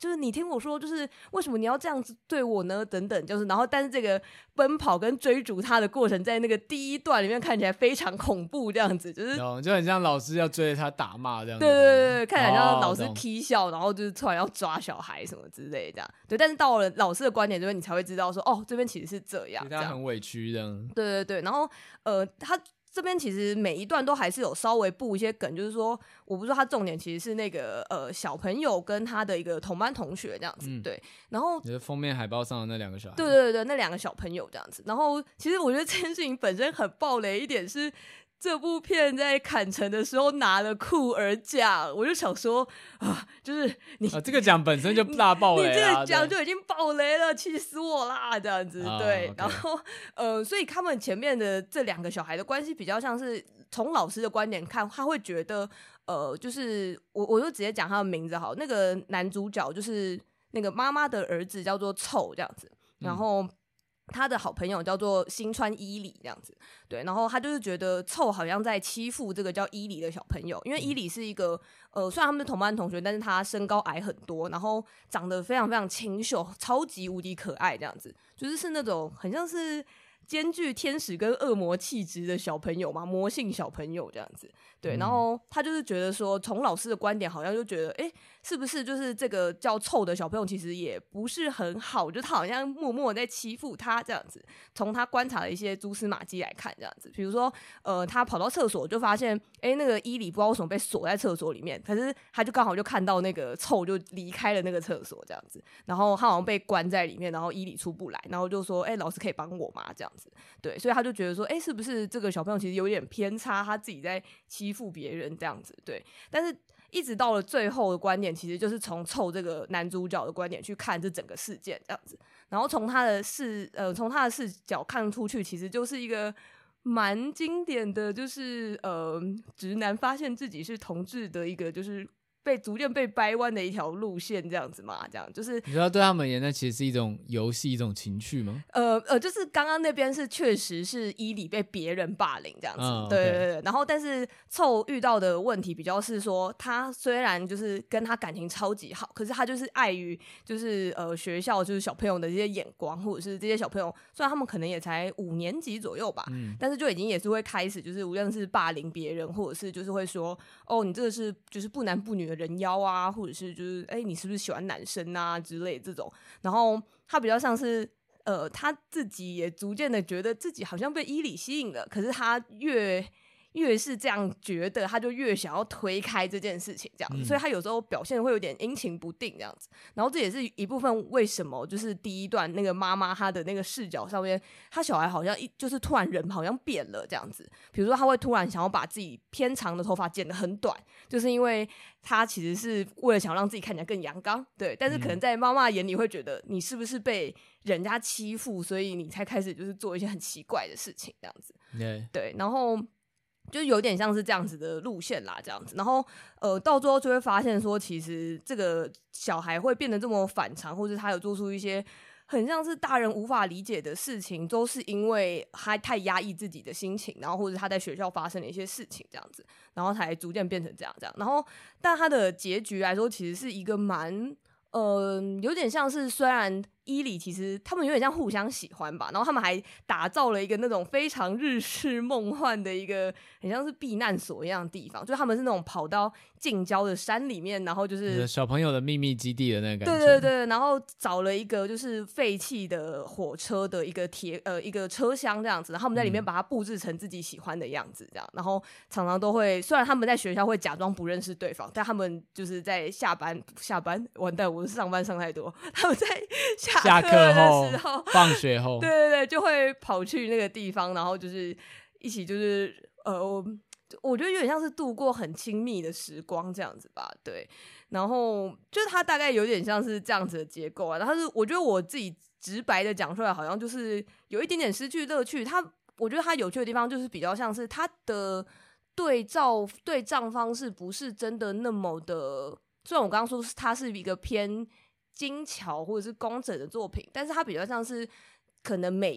就是你听我说，就是为什么你要这样子对我呢？等等，就是然后但是这个奔跑跟追逐他的过程，在那个第一段里面看起来非常恐怖，这样子就是就很像老师要追着他打骂这样子。 对对对对，看起来像老师哦踢笑，然后就是突然要抓小孩什么之类的这样。对，但是到了老师的观点这边，你才会知道说，哦，这边其实是这样， 他很委屈这样。 对对对，然后呃，他这边其实每一段都还是有稍微布一些梗，就是说，我不是说他重点其实是那个呃小朋友跟他的一个同班同学这样子，嗯、对。然后就是封面海报上的那两个小孩， 对对对，那两个小朋友这样子。然后其实我觉得这件事情本身很爆雷一点是。这部片在坎城的时候拿了酷儿奖，我就想说啊，就是你、 啊、这个奖本身就大爆雷、啊、 你这个奖就已经爆雷了，气死我啦！这样子， 啊、 对， okay. 然后呃，所以他们前面的这两个小孩的关系比较像是从老师的观点看，他会觉得呃，就是我我就直接讲他的名字好，那个男主角就是那个妈妈的儿子叫做臭这样子，然后。嗯他的好朋友叫做新川伊里这样子，对，然后他就是觉得臭好像在欺负这个叫伊里的小朋友，因为伊里是一个呃，虽然他们是同班同学，但是他身高矮很多，然后长得非常非常清秀，超级无敌可爱这样子，就是是那种很像是兼具天使跟恶魔气质的小朋友嘛，魔性小朋友这样子，对，然后他就是觉得说，从老师的观点好像就觉得，哎、欸。是不是就是这个叫臭的小朋友其实也不是很好，就他好像默默的在欺负他这样子，从他观察的一些蛛丝马迹来看这样子，比如说呃他跑到厕所就发现哎、欸、那个伊里不知道为什么被锁在厕所里面，可是他就刚好就看到那个臭就离开了那个厕所这样子，然后他好像被关在里面，然后伊里出不来，然后就说哎、欸、老师可以帮我吗这样子，对，所以他就觉得说哎、欸、是不是这个小朋友其实有点偏差，他自己在欺负别人这样子，对，但是一直到了最后的观点，其实就是从臭这个男主角的观点去看这整个事件这样子，然后从他的视呃从他的视角看出去，其实就是一个蛮经典的，就是呃直男发现自己是同志的一个就是被逐渐被掰弯的一条路线这样子嘛，这样就是你知道对他们而言那其实是一种游戏，一种情趣吗？ 呃呃，就是刚刚那边是确实是伊里被别人霸凌这样子，哦、对对对，然后但是臭遇到的问题比较是说，他虽然就是跟他感情超级好，可是他就是碍于就是呃学校就是小朋友的这些眼光，或者是这些小朋友虽然他们可能也才五年级左右吧，嗯、但是就已经也是会开始就是无论是霸凌别人，或者是就是会说哦你这个是就是不男不女的人妖啊，或者是就是哎、欸、你是不是喜欢男生啊之类的这种，然后他比较像是呃他自己也逐渐的觉得自己好像被伊里吸引了，可是他越越是这样觉得，他就越想要推开这件事情这样子、嗯、所以他有时候表现会有点阴晴不定这样子，然后这也是一部分为什么就是第一段那个妈妈她的那个视角上面，她小孩好像一就是突然人好像变了这样子，比如说他会突然想要把自己偏长的头发剪得很短，就是因为他其实是为了想让自己看起来更阳刚，对，但是可能在妈妈眼里会觉得你是不是被人家欺负，所以你才开始就是做一些很奇怪的事情这样子， yeah. 对，然后就有点像是这样子的路线啦，这样子，然后呃，到最后就会发现说，其实这个小孩会变得这么反常，或者他有做出一些很像是大人无法理解的事情，都是因为他太压抑自己的心情，然后或者他在学校发生的一些事情这样子，然后才逐渐变成这样这样。然后，但他的结局来说，其实是一个蛮呃，有点像是虽然伊里其实他们有点像互相喜欢吧，然后他们还打造了一个那种非常日式梦幻的一个很像是避难所一样的地方，就他们是那种跑到近郊的山里面，然后就是小朋友的秘密基地的那个感觉， 对对对，然后找了一个就是废弃的火车的一个铁呃一个车厢这样子，然后他们在里面把它布置成自己喜欢的样子这样，然后常常都会虽然他们在学校会假装不认识对方，但他们就是在下班下班完蛋我是上班上太多，他们在下下课的时候放学后对对对就会跑去那个地方，然后就是一起就是呃我我觉得有点像是度过很亲密的时光这样子吧，对，然后就是它大概有点像是这样子的结构啊，然后是我觉得我自己直白的讲出来好像就是有一点点失去乐趣，它我觉得它有趣的地方就是比较像是它的对照对仗方式不是真的那么的，虽然我刚刚说它是一个偏精巧或者是工整的作品，但是它比较像是可能每一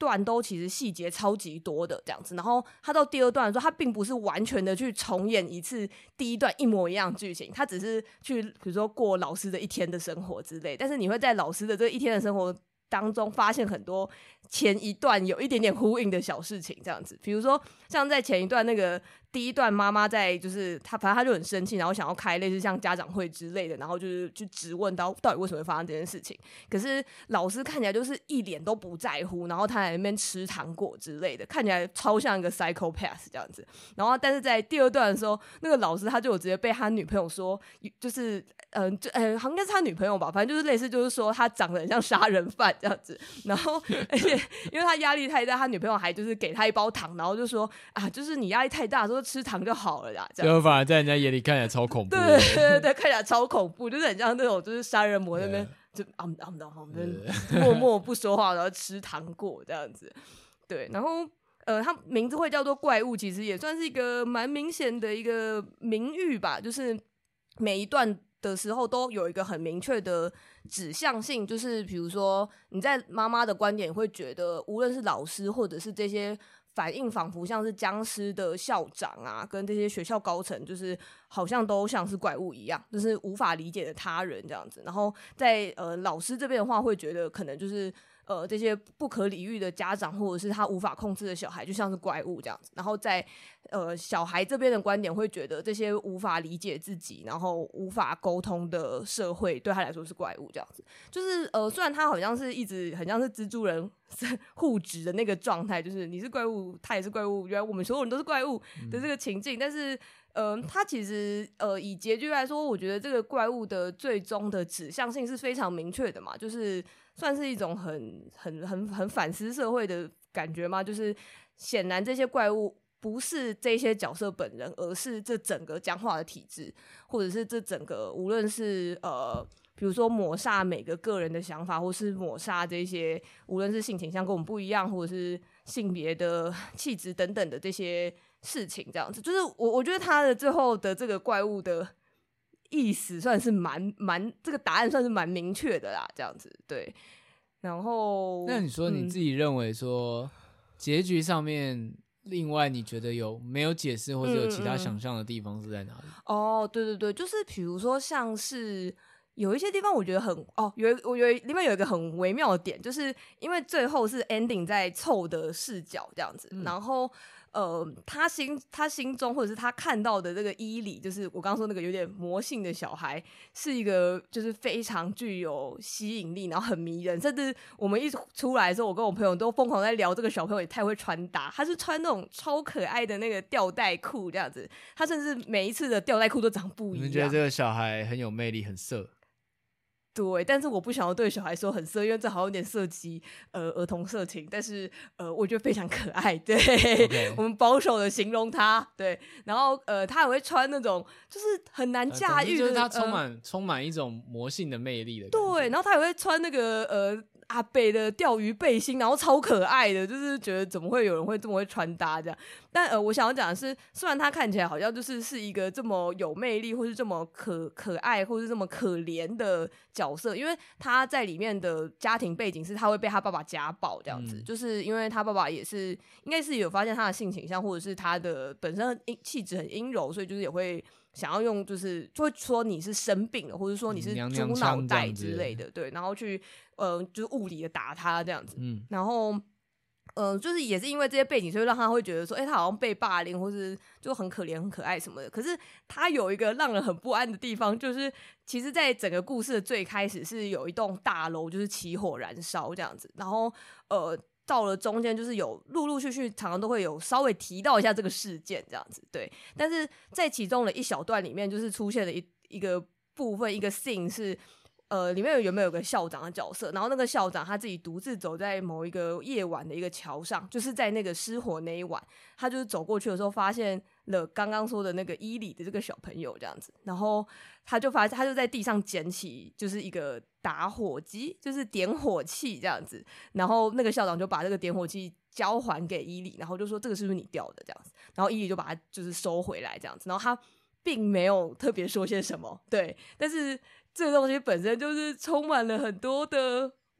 段都其实细节超级多的这样子，然后他到第二段的时候，他并不是完全的去重演一次第一段一模一样的剧情，他只是去比如说过老师的一天的生活之类，但是你会在老师的这一天的生活当中发现很多前一段有一点点呼应的小事情这样子，比如说像在前一段那个第一段妈妈在就是她反正她就很生气，然后想要开类似像家长会之类的，然后就是去质问到到底为什么会发生这件事情，可是老师看起来就是一脸都不在乎，然后他在那边吃糖果之类的，看起来超像一个 psychopath 这样子，然后但是在第二段的时候，那个老师他就有直接被他女朋友说就是嗯、呃，就呃，好像应该是他女朋友吧，反正就是类似就是说他长得很像杀人犯这样子，然后而且因为他压力太大，他女朋友还就是给他一包糖，然后就说啊，就是你压力太大，说吃糖就好了啦，这样就反而在人家眼里看起来超恐怖的， 对对对对，看起来超恐怖，就是很像那种就是杀人魔那边就啊啊啊默默不说话，然后吃糖果这样子，对，然后。呃，它名字会叫做怪物，其实也算是一个蛮明显的一个名誉吧，就是每一段的时候都有一个很明确的指向性，就是比如说你在妈妈的观点会觉得，无论是老师或者是这些反应仿佛像是僵尸的校长啊，跟这些学校高层，就是好像都像是怪物一样，就是无法理解的他人这样子。然后在呃老师这边的话，会觉得可能就是呃这些不可理喻的家长，或者是他无法控制的小孩，就像是怪物这样子。然后在呃小孩这边的观点，会觉得这些无法理解自己，然后无法沟通的社会，对他来说是怪物这样子。就是呃虽然他好像是一直很像是蜘蛛人互指的那个状态，就是你是怪物，他也是怪物，原来我们所有人都是怪物的这个情境，嗯、但是。呃，他其实呃以结局来说，我觉得这个怪物的最终的指向性是非常明确的嘛，就是算是一种很很很很反思社会的感觉嘛，就是显然这些怪物不是这些角色本人，而是这整个僵化的体制，或者是这整个无论是呃比如说抹煞每个个人的想法，或是抹煞这些无论是性倾向跟我们不一样，或者是性别的气质等等的这些事情，这样子，就是我我觉得他的最后的这个怪物的意思算是蛮蛮这个答案算是蛮明确的啦，这样子对。然后那你说你自己认为说、嗯、结局上面，另外你觉得有没有解释或者有其他想象的地方是在哪里？ 嗯嗯哦，对对对，就是比如说像是。有一些地方我觉得很哦，有我觉得里面有一个很微妙的点，就是因为最后是 ending 在凑的视角这样子，嗯、然后呃，他心他心中或者是他看到的这个伊里，就是我刚刚说那个有点魔性的小孩，是一个就是非常具有吸引力，然后很迷人，甚至我们一出来的时候，我跟我朋友都疯狂在聊这个小朋友也太会穿搭，他是穿那种超可爱的那个吊带裤这样子，他甚至每一次的吊带裤都长不一样。 你们觉得这个小孩很有魅力，很色？ 对，但是我不想要对小孩说很色，因为这好像有点涉及呃儿童色情，但是呃我觉得非常可爱，对、okay. 我们保守的形容他，对，然后呃他也会穿那种就是很难驾驭的， 就是他充满、呃、充满一种魔性的魅力的感觉， 对，然后他也会穿那个呃阿北的钓鱼背心，然后超可爱的，就是觉得怎么会有人会这么会穿搭这样。但呃，我想要讲的是，虽然他看起来好像就是是一个这么有魅力，或是这么可可爱，或是这么可怜的角色，因为他在里面的家庭背景是他会被他爸爸家暴这样子，嗯、就是因为他爸爸也是应该是有发现他的性倾向，或者是他的本身气质很阴柔，所以就是也会。想要用就是就会说你是生病了，或者说你是猪脑袋之类的，对，然后去呃就是物理的打他这样子，嗯，然后呃就是也是因为这些背景，所以让他会觉得说，哎、欸，他好像被霸凌，或是就很可怜、很可爱什么的。可是他有一个让人很不安的地方，就是其实，在整个故事的最开始是有一栋大楼就是起火燃烧这样子，然后呃。到了中间就是有陆陆续续常常都会有稍微提到一下这个事件这样子，对，但是在其中的一小段里面就是出现了一一个部分一个 scene 是呃里面有原本有个校长的角色，然后那个校长他自己独自走在某一个夜晚的一个桥上，就是在那个失火那一晚，他就是走过去的时候发现了刚刚说的那个伊里的这个小朋友这样子，然后他就发现他就在地上捡起就是一个打火机，就是点火器这样子，然后那个校长就把这个点火器交还给伊里，然后就说这个是不是你掉的这样子，然后伊里就把它就是收回来这样子，然后他并没有特别说些什么，对，但是这个东西本身就是充满了很多的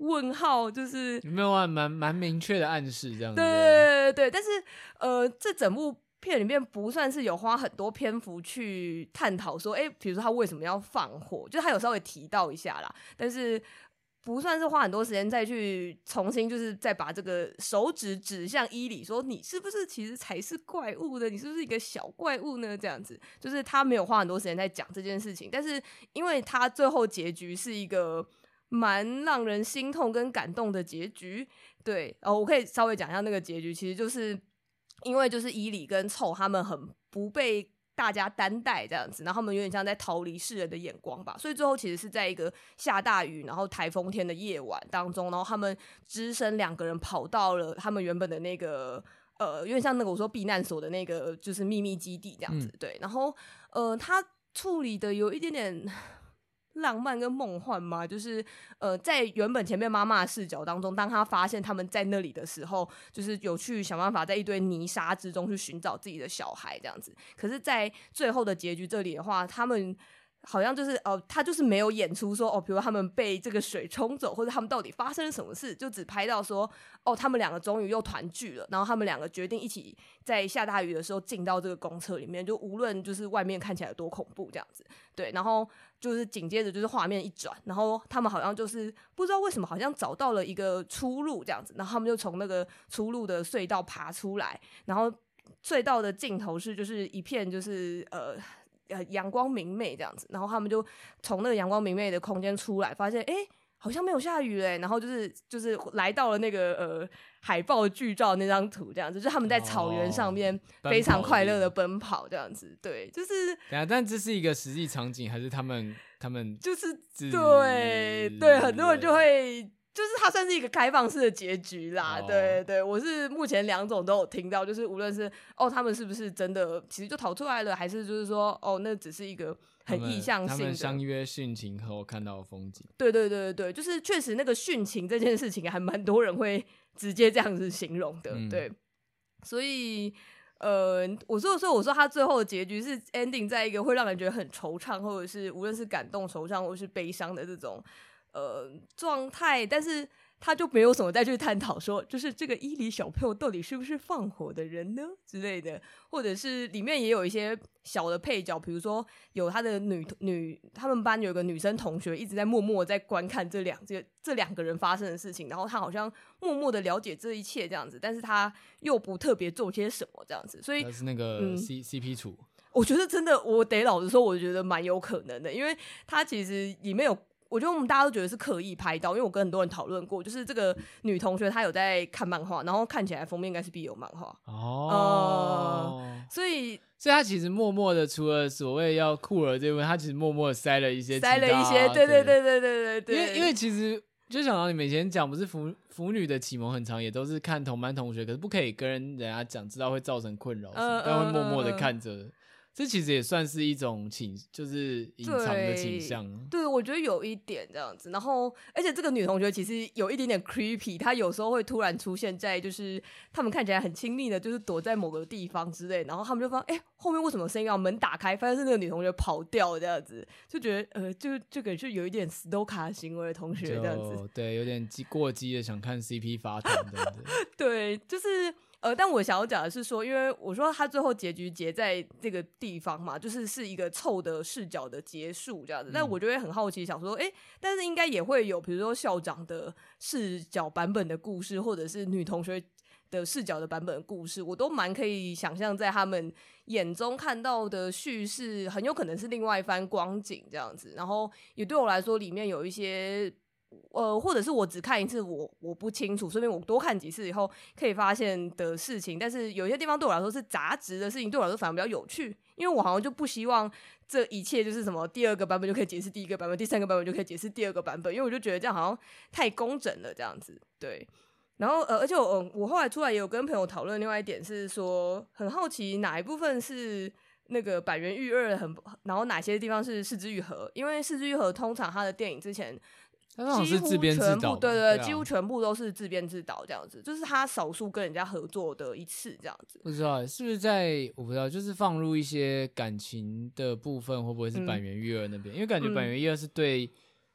问号，就是有没有蛮蛮明确的暗示这样子？ 对对对对，但是呃，这整部片里面不算是有花很多篇幅去探讨说，哎，比如说他为什么要放火，就是他有稍微提到一下啦，但是不算是花很多时间再去重新就是再把这个手指指向伊里，说你是不是其实才是怪物呢？你是不是一个小怪物呢？这样子，就是他没有花很多时间在讲这件事情，但是因为他最后结局是一个蛮让人心痛跟感动的结局，对，哦，我可以稍微讲一下那个结局，其实就是因为就是伊里跟臭他们很不被大家担待这样子，然后他们有点像在逃离世人的眼光吧，所以最后其实是在一个下大雨然后台风天的夜晚当中，然后他们只身两个人跑到了他们原本的那个呃，有点像那个我说避难所的那个就是秘密基地这样子，嗯、对，然后呃，他处理的有一点点浪漫跟梦幻嘛，就是呃，在原本前面妈妈的视角当中，当他发现他们在那里的时候，就是有去想办法在一堆泥沙之中去寻找自己的小孩这样子。可是，在最后的结局这里的话，他们好像就是哦、呃，他就是没有演出说哦，比如他们被这个水冲走，或者他们到底发生了什么事，就只拍到说哦，他们两个终于又团聚了，然后他们两个决定一起在下大雨的时候进到这个公厕里面，就无论就是外面看起来有多恐怖这样子，对，然后就是紧接着就是画面一转，然后他们好像就是不知道为什么好像找到了一个出路这样子，然后他们就从那个出路的隧道爬出来，然后隧道的尽头是就是一片就是呃。呃，阳光明媚这样子，然后他们就从那个阳光明媚的空间出来，发现哎，好像没有下雨嘞，然后就是就是来到了那个呃海报剧照那张图这样子，就是他们在草原上面非常快乐的奔跑这样子，对，就是等下，但这是一个实际场景，还是他们他们就是对对，很多人就会。就是它算是一个开放式的结局啦，哦、对对，我是目前两种都有听到，就是无论是哦他们是不是真的其实就逃出来了，还是就是说哦那只是一个很意象性的， 他们, 他们相约殉情后看到的风景。 对对对对对，就是确实那个殉情这件事情还蛮多人会直接这样子形容的，嗯、对，所以。呃，我说所以我说他最后的结局是 ending 在一个会让人觉得很惆怅，或者是无论是感动、惆怅，或者是悲伤的这种呃状态，但是他就没有什么再去探讨说，就是这个伊犁小朋友到底是不是放火的人呢之类的，或者是里面也有一些小的配角，比如说有他的女女，他们班有个女生同学一直在默默在观看这两这这两个人发生的事情，然后他好像默默的了解这一切这样子，但是他又不特别做些什么这样子，所以他是那个 C、嗯、CP 处， 我觉得真的，我得老实说，我觉得蛮有可能的，因为他其实里面有。我觉得我们大家都觉得是刻意拍到，因为我跟很多人讨论过，就是这个女同学她有在看漫画，然后看起来封面应该是 B L 漫画哦、呃，所以所以她其实默默的，除了所谓要酷儿这部分，她其实默默的塞了一些塞了一些，对对对对对对对， 因为因为其实就想到你们以前讲，不是腐腐女的启蒙很长，也都是看同班同学，可是不可以跟人家讲，知道会造成困扰，呃、但会默默的看着。呃这其实也算是一种倾，就是隐藏的倾向。 对，我觉得有一点这样子。然后，而且这个女同学其实有一点点 creepy， 她有时候会突然出现在就是他们看起来很亲密的，就是躲在某个地方之类。然后他们就发现，哎、欸，后面为什么声音要门打开，发现是那个女同学跑掉这样子，就觉得呃，就这个就有一点 stalker 行为的同学这样子。 对，有点过激的想看 C P 发展这样子。 对，就是。呃，但我想要讲的是说，因为我说他最后结局结在这个地方嘛，就是是一个臭的视角的结束这样子。嗯、但我就会很好奇，想说，哎、欸，但是应该也会有，比如说校长的视角版本的故事，或者是女同学的视角的版本的故事，我都蛮可以想象，在他们眼中看到的叙事，很有可能是另外一番光景这样子。然后也对我来说，里面有一些。呃，或者是我只看一次我，我我不清楚，顺便我多看几次以后可以发现的事情。但是有些地方对我来说是杂质的事情，对我来说反而比较有趣，因为我好像就不希望这一切就是什么第二个版本就可以解释第一个版本，第三个版本就可以解释第二个版本，因为我就觉得这样好像太工整了这样子。对，然后呃，而且我我后来出来也有跟朋友讨论，另外一点是说，很好奇哪一部分是。那个板垣裕二很，然后哪些地方是是枝裕和？因为是枝裕和通常他的电影之前。 他好像是自编自导， 对 对, 对、啊，几乎全部都是自编自导这样子，就是他少数跟人家合作的一次这样子。 不知道是不是在我不知道，就是放入一些感情的部分，会不会是板垣裕二那边？嗯、因为感觉板垣裕二是对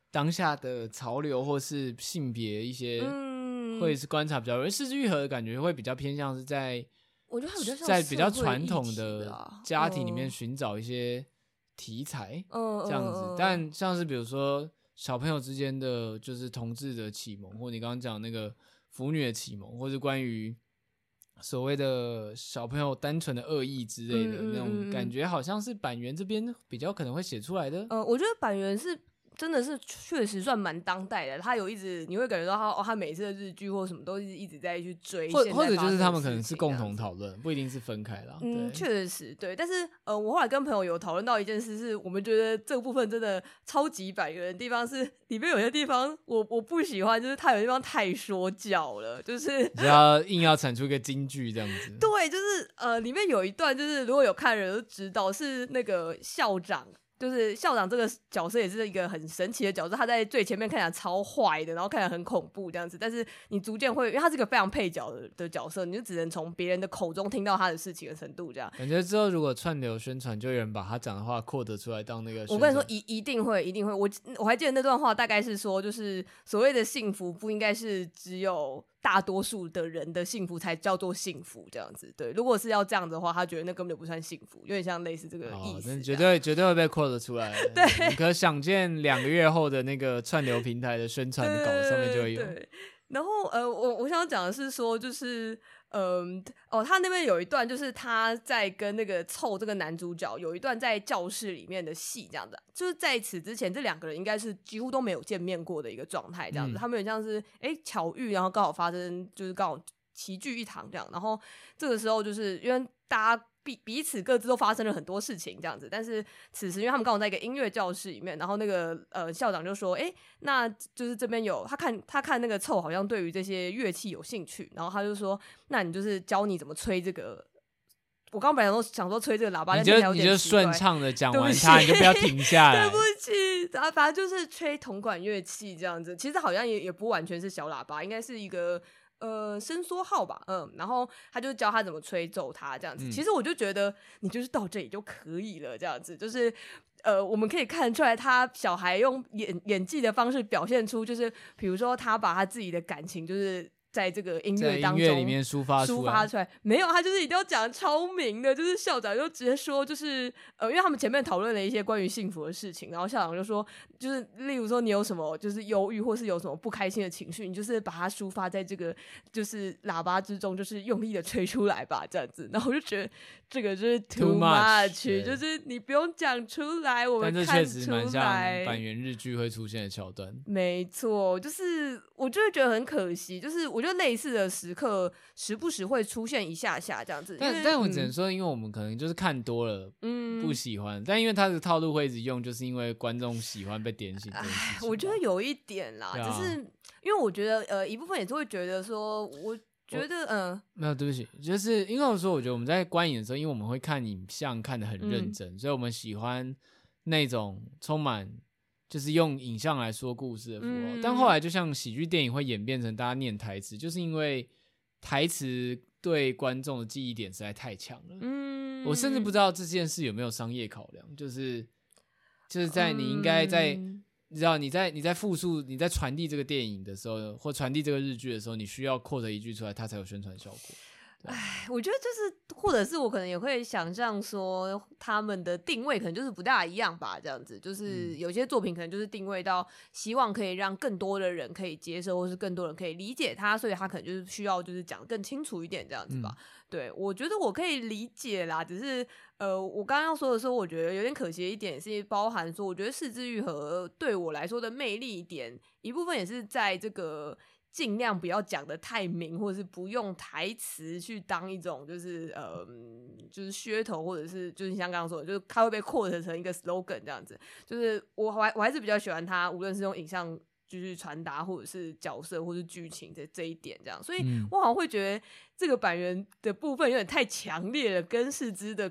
当下的潮流或是性别一些， 嗯， 会是观察比较多。是枝裕和的感觉会比较偏向是在， 我觉得他比较像在比较社会传统议题的啊家庭里面嗯寻找一些题材， 嗯这样子。 嗯嗯但像是比如说小朋友之间的就是同志的启蒙，或你刚刚讲那个腐女的启蒙，或是关于所谓的小朋友单纯的恶意之类的、 嗯嗯那种嗯嗯感觉，好像是板垣这边比较可能会写出来的。 呃，我觉得板垣是真的是确实算蛮当代的，他有一直你会感觉到他哦，他每次的日剧或什么都是一直在去追或现在或者就是他们可发生的事能是共情这样子同讨论，不一定是分开啦。 嗯， 对， 确实对，但是呃，我后来跟朋友有讨论到一件事，是我们觉得这个部分真的超级板垣的地方是，里面有些地方我我不喜欢，就是它有些地方太说教了，就是只要硬要产出一个金句这样子。 对，就是呃，里面有一段就是如果有看的人都知道，是那个校长。就是校长这个角色也是一个很神奇的角色，他在最前面看起来超坏的，然后看起来很恐怖这样子，但是你逐渐会，因为他是一个非常配角 的, 的角色，你就只能从别人的口中听到他的事情的程度这样。 感觉之后如果串流宣传，就有人把他讲的话扩得出来当那个宣传。 我跟你说，一一定会，一定会。我我还记得那段话，大概是说，就是所谓的幸福不应该是只有大多数的人的幸福才叫做幸福，这样子。对，如果是要这样的话，他觉得那根本就不算幸福，有点像类似这个意思、 哦。绝对绝对会被扩得出来。 对， 你可想见两个月后的那个串流平台的宣传稿上面就会有。 对对然后呃，我我想讲的是说，就是嗯、呃、哦，他那边有一段就是他在跟那个凑这个男主角有一段在教室里面的戏，这样子，就是在此之前这两个人应该是几乎都没有见面过的一个状态，这样子，嗯、他们有像是哎巧遇，然后刚好发生，就是刚好齐聚一堂这样，然后这个时候就是因为大家。彼彼此各自都发生了很多事情，这样子。但是此时，因为他们刚好在一个音乐教室里面，然后那个呃校长就说：“哎、欸，那就是这边有他看他看那个凑好像对于这些乐器有兴趣，然后他就说，那你就是教你怎么吹这个。”我刚本来都想说吹这个喇叭， 你就你就顺畅的讲完它，你就不要停下来。 对不起，然后反正就是吹铜管乐器这样子。其实好像也也不完全是小喇叭，应该是一个。呃，伸缩号吧，嗯，然后他就教他怎么吹奏它这样子、嗯。其实我就觉得你就是到这里就可以了，这样子就是呃，我们可以看出来他小孩用演演技的方式表现出，就是比如说他把他自己的感情就是在这个音乐当中在音乐里面抒发抒发出来，没有他就是一定要讲超明的，就是校长就直接说，就是呃，因为他们前面讨论了一些关于幸福的事情，然后校长就说，就是例如说你有什么就是忧郁或是有什么不开心的情绪，你就是把它抒发在这个就是喇叭之中，就是用力的吹出来吧，这样子。然后我就觉得这个就是 too much, much 就是你不用讲出来，我们看出来。 但这确实蛮像板垣日剧会出现的桥段。 没错，就是我就会觉得很可惜，就是我觉得类似的时刻时不时会出现一下下这样子。 但但我只能说，因为我们可能就是看多了，嗯，不喜欢。但因为他的套路会一直用，就是因为观众喜欢被点醒这件事情。 我觉得有一点啦，啊、只是因为我觉得呃一部分也是会觉得说，我觉得嗯、呃、 没有对不起，就是因为我说，我觉得我们在观影的时候，因为我们会看影像看得很认真、嗯，所以我们喜欢那种充满。就是用影像来说故事的符号、嗯，但后来就像喜剧电影会演变成大家念台词，就是因为台词对观众的记忆点实在太强了。嗯，我甚至不知道这件事有没有商业考量，就是就是在你应该在、嗯、你知道你在你在复述你在传递这个电影的时候，或传递这个日剧的时候，你需要扩的一句出来，它才有宣传效果。 哎，我觉得就是，或者是我可能也会想象说，他们的定位可能就是不大一样吧，这样子，就是有些作品可能就是定位到希望可以让更多的人可以接受，或是更多人可以理解他，所以他可能就是需要就是讲更清楚一点这样子吧。嗯、对，我觉得我可以理解啦，只是呃，我刚刚要说的时候，我觉得有点可惜的一点是包含说，我觉得是枝裕和对我来说的魅力一点，一部分也是在这个。尽量不要讲得太明，或者是不用台词去当一种就是呃就是噱头，或者是就是像刚刚说的，就是它会被扩成成一个 slogan 这样子。就是我还我还是比较喜欢它，无论是用影像就是传达，或者是角色，或是剧情的这一点这样。所以我好像会觉得这个板垣的部分有点太强烈了，跟是枝的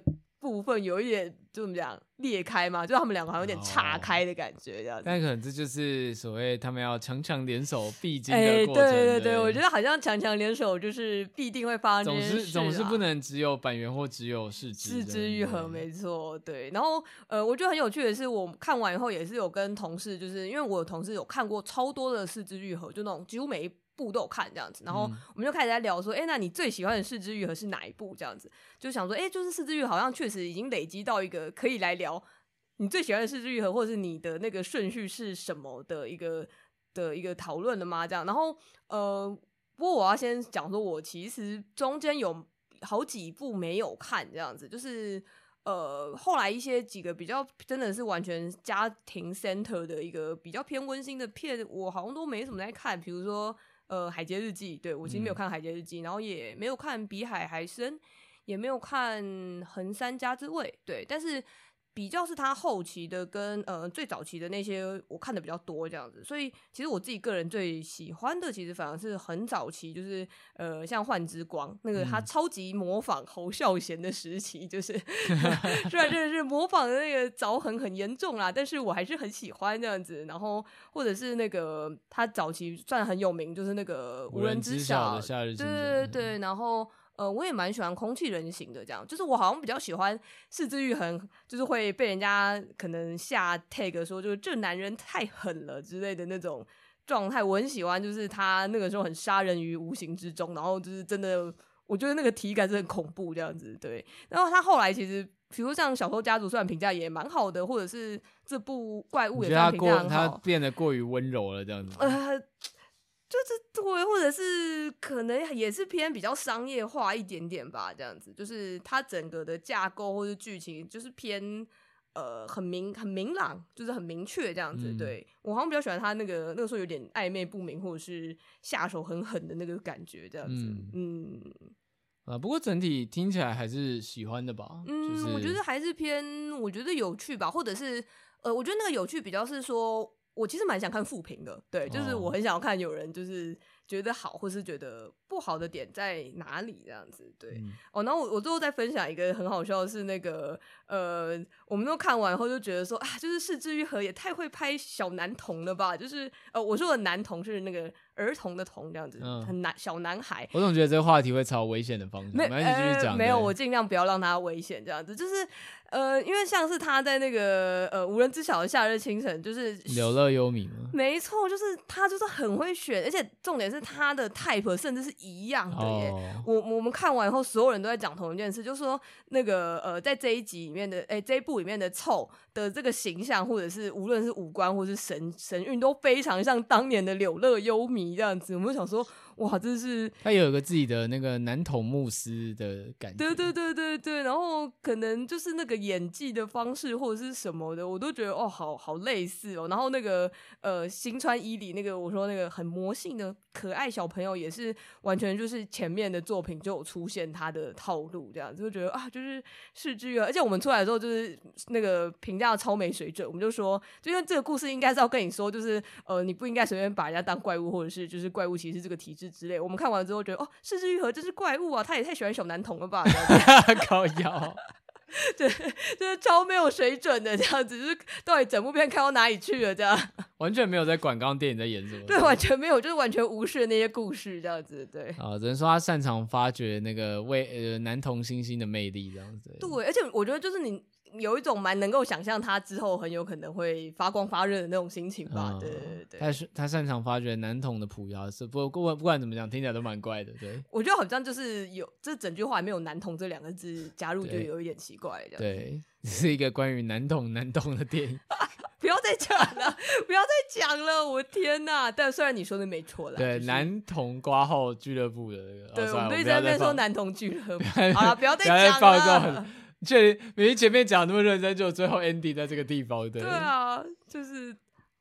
部分有一点就怎么讲裂开嘛，就他们两个好像有点岔开的感觉这样子。 但可能这就是所谓他们要强强联手必经哎、 的过程。 对对对， 对， 我觉得好像强强联手就是必定会发生这件事、啊、 总是总是不能只有板垣或只有四肢四肢愈合，没错，对。然后呃，我觉得很有趣的是，我看完以后也是有跟同事，就是因为我有同事有看过超多的四肢愈合，就那种几乎每一部都有看这样子，然后我们就开始在聊说，哎、嗯，那你最喜欢的四肢愈合是哪一部？这样子就想说，哎，就是四肢愈合好像确实已经累积到一个可以来聊你最喜欢的四肢愈合，或者是你的那个顺序是什么的一个的一个讨论了吗？这样，然后呃，不过我要先讲说，我其实中间有好几部没有看，这样子，就是呃，后来一些几个比较真的是完全家庭 center 的一个比较偏温馨的片，我好像都没什么在看，比如说。呃，海街日记，对，我其实没有看海街日记、嗯、然后也没有看比海还深，也没有看横山家之味，对，但是比较是他后期的跟呃最早期的那些我看的比较多这样子，所以其实我自己个人最喜欢的其实反而是很早期，就是呃像幻之光那个他超级模仿侯孝贤的时期，就是虽然真的是模仿的那个凿痕很严重啦，但是我还是很喜欢这样子。然后或者是那个他早期算很有名，就是那个无人知晓的夏日清晨， 对对对，然后。呃，我也蛮喜欢空气人形的，这样就是我好像比较喜欢四肢愈合，就是会被人家可能下 tag 说，就是这男人太狠了之类的那种状态，我很喜欢，就是他那个时候很杀人于无形之中，然后就是真的，我觉得那个体感是很恐怖这样子，对。然后他后来其实，比如像《小偷家族》，虽然评价也蛮好的，或者是这部怪物也算评价很好， 他变得过于温柔了这样子。 呃。就是对，或者是可能也是偏比较商业化一点点吧，这样子，就是它整个的架构或是剧情就是偏呃很明很明朗，就是很明确这样子。嗯、对我好像比较喜欢他那个那个时候有点暧昧不明或者是下手很狠的那个感觉，这样子。嗯。嗯啊，不过整体听起来还是喜欢的吧？ 嗯， 就是、 我觉得还是偏，我觉得有趣吧，或者是呃，我觉得那个有趣比较是说。我其实蛮想看负评的，对，就是我很想要看有人就是觉得好，或是觉得不好的点在哪里这样子，对。嗯、哦，然后我我最后再分享一个很好笑的是那个呃，我们都看完后就觉得说啊，就是是枝裕和也太会拍小男童了吧，就是呃，我说的男童是那个儿童的童这样子，嗯、很男小男孩。 我总觉得这个话题会朝危险的方向，没关系继续讲、呃。 没有，我尽量不要让它危险这样子，就是。呃，因为像是他在那个呃无人知晓的夏日清晨，就是柳乐优弥吗？ 没错，就是他就是很会选，而且重点是他的 type 甚至是一样的耶。Oh. 我我们看完以后，所有人都在讲同一件事，就是说那个呃在这一集里面的，哎这一部里面的臭的这个形象，或者是无论是五官或是神神韵，都非常像当年的柳乐优弥这样子。我们就想说。哇，真是他有一个自己的那个男童牧师的感觉， 对对对对对，然后可能就是那个演技的方式或者是什么的，我都觉得哦，好好类似哦。然后那个呃，新川伊里那个我说那个很魔性的可爱小朋友，也是完全就是前面的作品就有出现他的套路，这样子就觉得啊，就是是之于，而且我们出来的时候就是那个评价超没水准，我们就说，就因为这个故事应该是要跟你说，就是呃，你不应该随便把人家当怪物，或者是就是怪物其实是这个体质。之类，我们看完之后觉得哦，是枝裕和真是怪物啊！他也太喜欢小男童了吧？ 靠腰， 对，就是超没有水准的这样子，就是到底整部片看到哪里去了？这样完全没有在管刚刚电影在演什么， 对，完全没有，就是完全无视那些故事这样子，对啊，只能说他擅长发掘那个为呃男童新星的魅力这样子。 对，而且我觉得就是你。有一种蛮能够想象他之后很有可能会发光发热的那种心情吧，嗯、对对对。 他是他擅长发掘男童的朴雅色，不过不管怎么讲，听起来都蛮怪的。对， 我觉得好像就是有这整句话没有男童这两个字加入，就有一点奇怪这样。 对，是一个关于男童男童的电影。 不要再讲了，不要再讲了，我天哪！但虽然你说的没错啦， 对， 就是、 男童括号俱乐部的那个， 对， 哦、 我们就一直在那边说男童俱乐部。好了，不要再讲了。 确明明前面讲那么认真，就最后 ending 在这个地方，对对啊，就是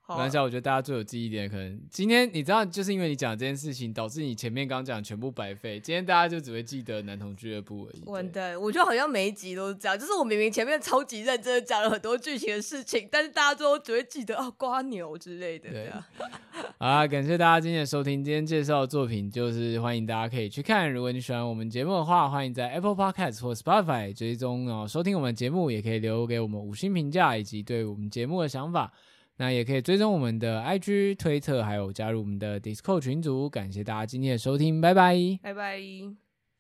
没关系，我觉得大家最有记忆点，可能今天你知道，就是因为你讲这件事情，导致你前面刚讲全部白费。今天大家就只会记得男童俱乐部而已。 完蛋，我觉得好像每一集都是这样，就是我明明前面超级认真的讲了很多剧情的事情，但是大家最后只会记得啊瓜牛之类的。 对，好啦，感谢大家今天的收听。今天介绍的作品就是欢迎大家可以去看。如果你喜欢我们节目的话，欢迎在 Apple Podcast 或 Spotify 追踪哦收听我们的节目，也可以留给我们五星评价以及对我们节目的想法。那也可以追踪我们的 I G、推特，还有加入我们的 Discord 群组。感谢大家今天的收听，拜拜， 拜拜。